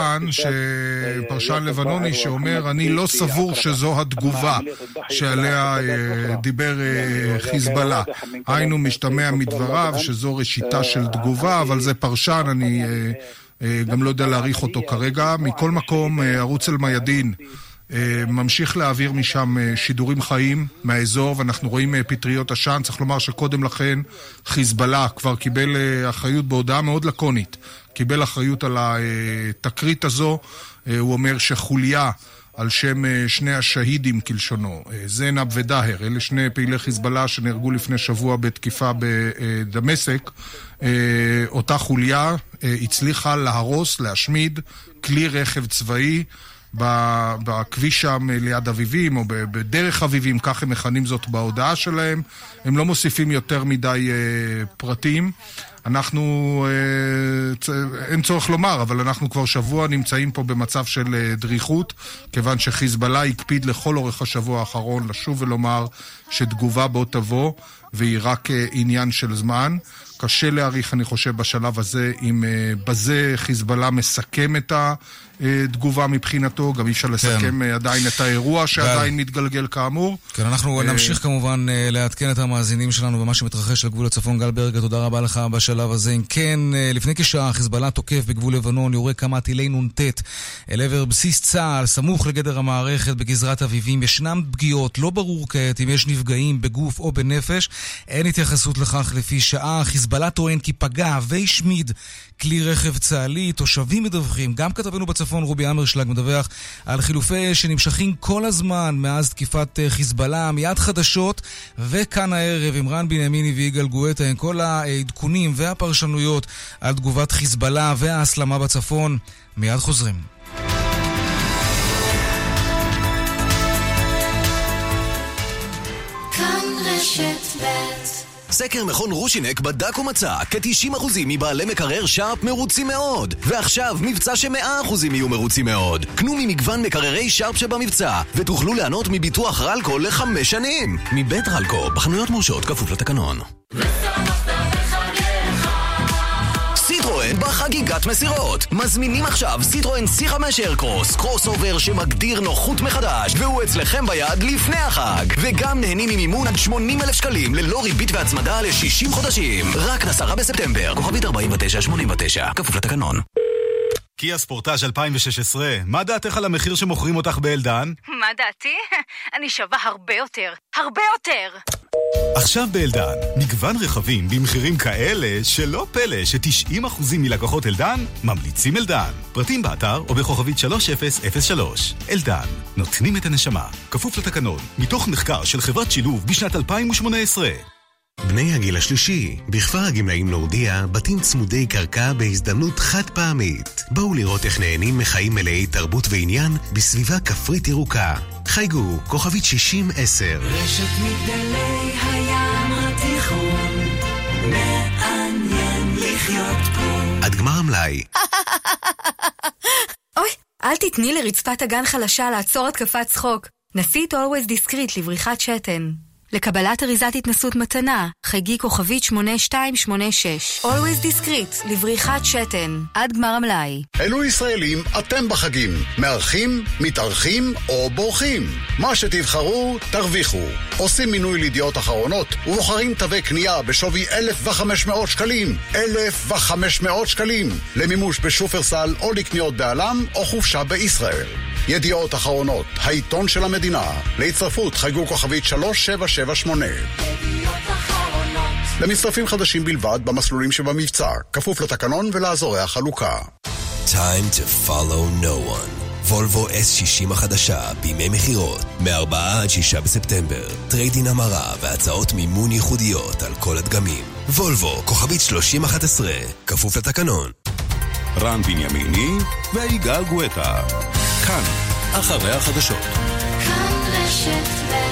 פרשן לבנוני שאומר, אני לא סבור שזו התגובה שעליה דיבר חיזבאללה. היינו משתמע מדבריו שזו ראשיתה של תגובה, אבל זה פרשן, אני גם לא יודע להעריך אותו כרגע. מכל מקום, ערוץ אל-מיאדין ממשיך להעביר משם שידורים חיים מהאזור, ואנחנו רואים פטריות עשן. צריך לומר שקודם לכן חיזבאללה כבר קיבל אחריות בהודעה מאוד לקונית, קיבל אחריות על התקרית הזו. הוא אומר שחוליה על שם שני השהידים כלשונו, זינב ודהר, אלה שני פעילי חיזבאללה שנהרגו לפני שבוע בתקיפה בדמשק, אותה חוליה הצליחה להרוס, להשמיד כלי רכב צבאי בכביש שם ליד אביבים, או בדרך אביבים, כך הם מכנים זאת בהודעה שלהם. הם לא מוסיפים יותר מדי פרטים. אנחנו, אין צורך לומר, אבל אנחנו כבר שבוע נמצאים פה במצב של דריכות, כיוון שחיזבאללה הקפיד לכל אורך השבוע האחרון לשוב ולומר שתגובה בו תבוא, והיא רק עניין של זמן. קשה להעריך, אני חושב, בשלב הזה, אם בזה חיזבאללה מסכם את התגובה מבחינתו, גם אי אפשר לסכם עדיין את האירוע שעדיין מתגלגל כאמור. כן, אנחנו נמשיך כמובן לעדכן את המאזינים שלנו במה שמתרחש לגבול הצפון. גל ברגר, תודה רבה לך בשלב הזה. אם כן, לפני כשעה חיזבאללה תוקף בגבול לבנון, יורה כמה טילי נ"ט אל עבר בסיס צה"ל, סמוך לגדר המערכת בגזרת אביבים. ישנם פגיעות, לא ברור כעת אם יש נפגעים בגוף או בנפש. אין התייחסות לכך לפי שעה. חיזבאללה טוען כי פגע והשמיד כלי רכב צה"לי. תושבים מדווחים, גם כתבנו בצפון רובי עמרשלג מדווח על חילופי שנמשכים כל הזמן מאז תקיפת חיזבאללה. מיד חדשות, וכאן הערב עם רן בנימיני ויגאל גואטה עם כל העדכונים והפרשנויות על תגובת חיזבאללה וההסלמה בצפון. מיד חוזרים. כאן רשת ב'. סקר מכון רושינק בדק ומצא כ-90% מבעלי מקרר שרפ מרוצים מאוד. ועכשיו מבצע ש100% יהיו מרוצים מאוד. קנו ממגוון מקררי שרפ שבמבצע ותוכלו ליהנות מביטוח רלקו ל5 שנים. מבית רלקו, בחנויות מורשות כפוף לתקנון. סיטרואן בחגיגת מסירות. מזמינים עכשיו סיטרואן C5 איירקרוס, קרוס אובר שמגדיר נוחות מחדש, והוא אצלכם ביד לפני החג. וגם נהנים ממימון עד 80,000 שקלים ללא ריבית והצמדה ל60 חודשים. רק 10 בספטמבר, כוכבית 4989, כפוף לתקנון. קיה ספורטאז' 2016, מה דעתך על המחיר שמוכרים אותך באלדן? מה דעתי? אני שווה הרבה יותר, הרבה יותר! עכשיו באלדן, מגוון רכבים במחירים כאלה שלא פלא ש90% מלקוחות אלדן ממליצים אלדן. פרטים באתר או בכוכבית 3003. אלדן, נותנים את הנשמה, כפוף לתקנון, מתוך מחקר של חברת שילוב בשנת 2018. בני הגיל השלישי, בכפר הגמלאים נורדיה, בתים צמודי קרקע בהזדמנות חד פעמית. בואו לראות איך נהנים מחיים מלאי תרבות ועניין בסביבה כפרית ירוקה. חייגו, כוכבית 6010. רשת מגדלי הים התיכון, מעניין לחיות פה. עד גמר המלאי. אוי, אל תתני לרצפת הגן חלשה לעצור התקפת צחוק. נסית Always Discreet לבריחת שתן. לקבלת אריזת התנסות מתנה, חייגי כוכבית 8286. Always Discreet לבריחת שתן. עד גמר המלאי. אלו ישראלים אתם בחגים. מארחים, מתארחים או בורחים. מה שתבחרו, תרוויחו. עושים מינוי לידיעות אחרונות ובוחרים תווי קנייה בשווי 1,500 שקלים. 1,500 שקלים. למימוש בשופרסל או לקניות בעלם או חופשה בישראל. ידיעות אחרונות, העיתון של המדינה. להצטרפות חייגו כוכבית 3778. למצטרפים חדשים בלבד במסלולים שבמבצע, כפוף לתקנון ולאזורי החלוקה. Time to follow no one. וולבו S60 החדשה בימי מחירות מ-4 עד 6 בספטמבר. טריידין המרה והצעות מימון ייחודיות על כל הדגמים. וולבו, כוכבית 3011, כפוף לתקנון. רן בנימיני ויגאל גואטה. כאן, אחרי החדשות. כאן רשת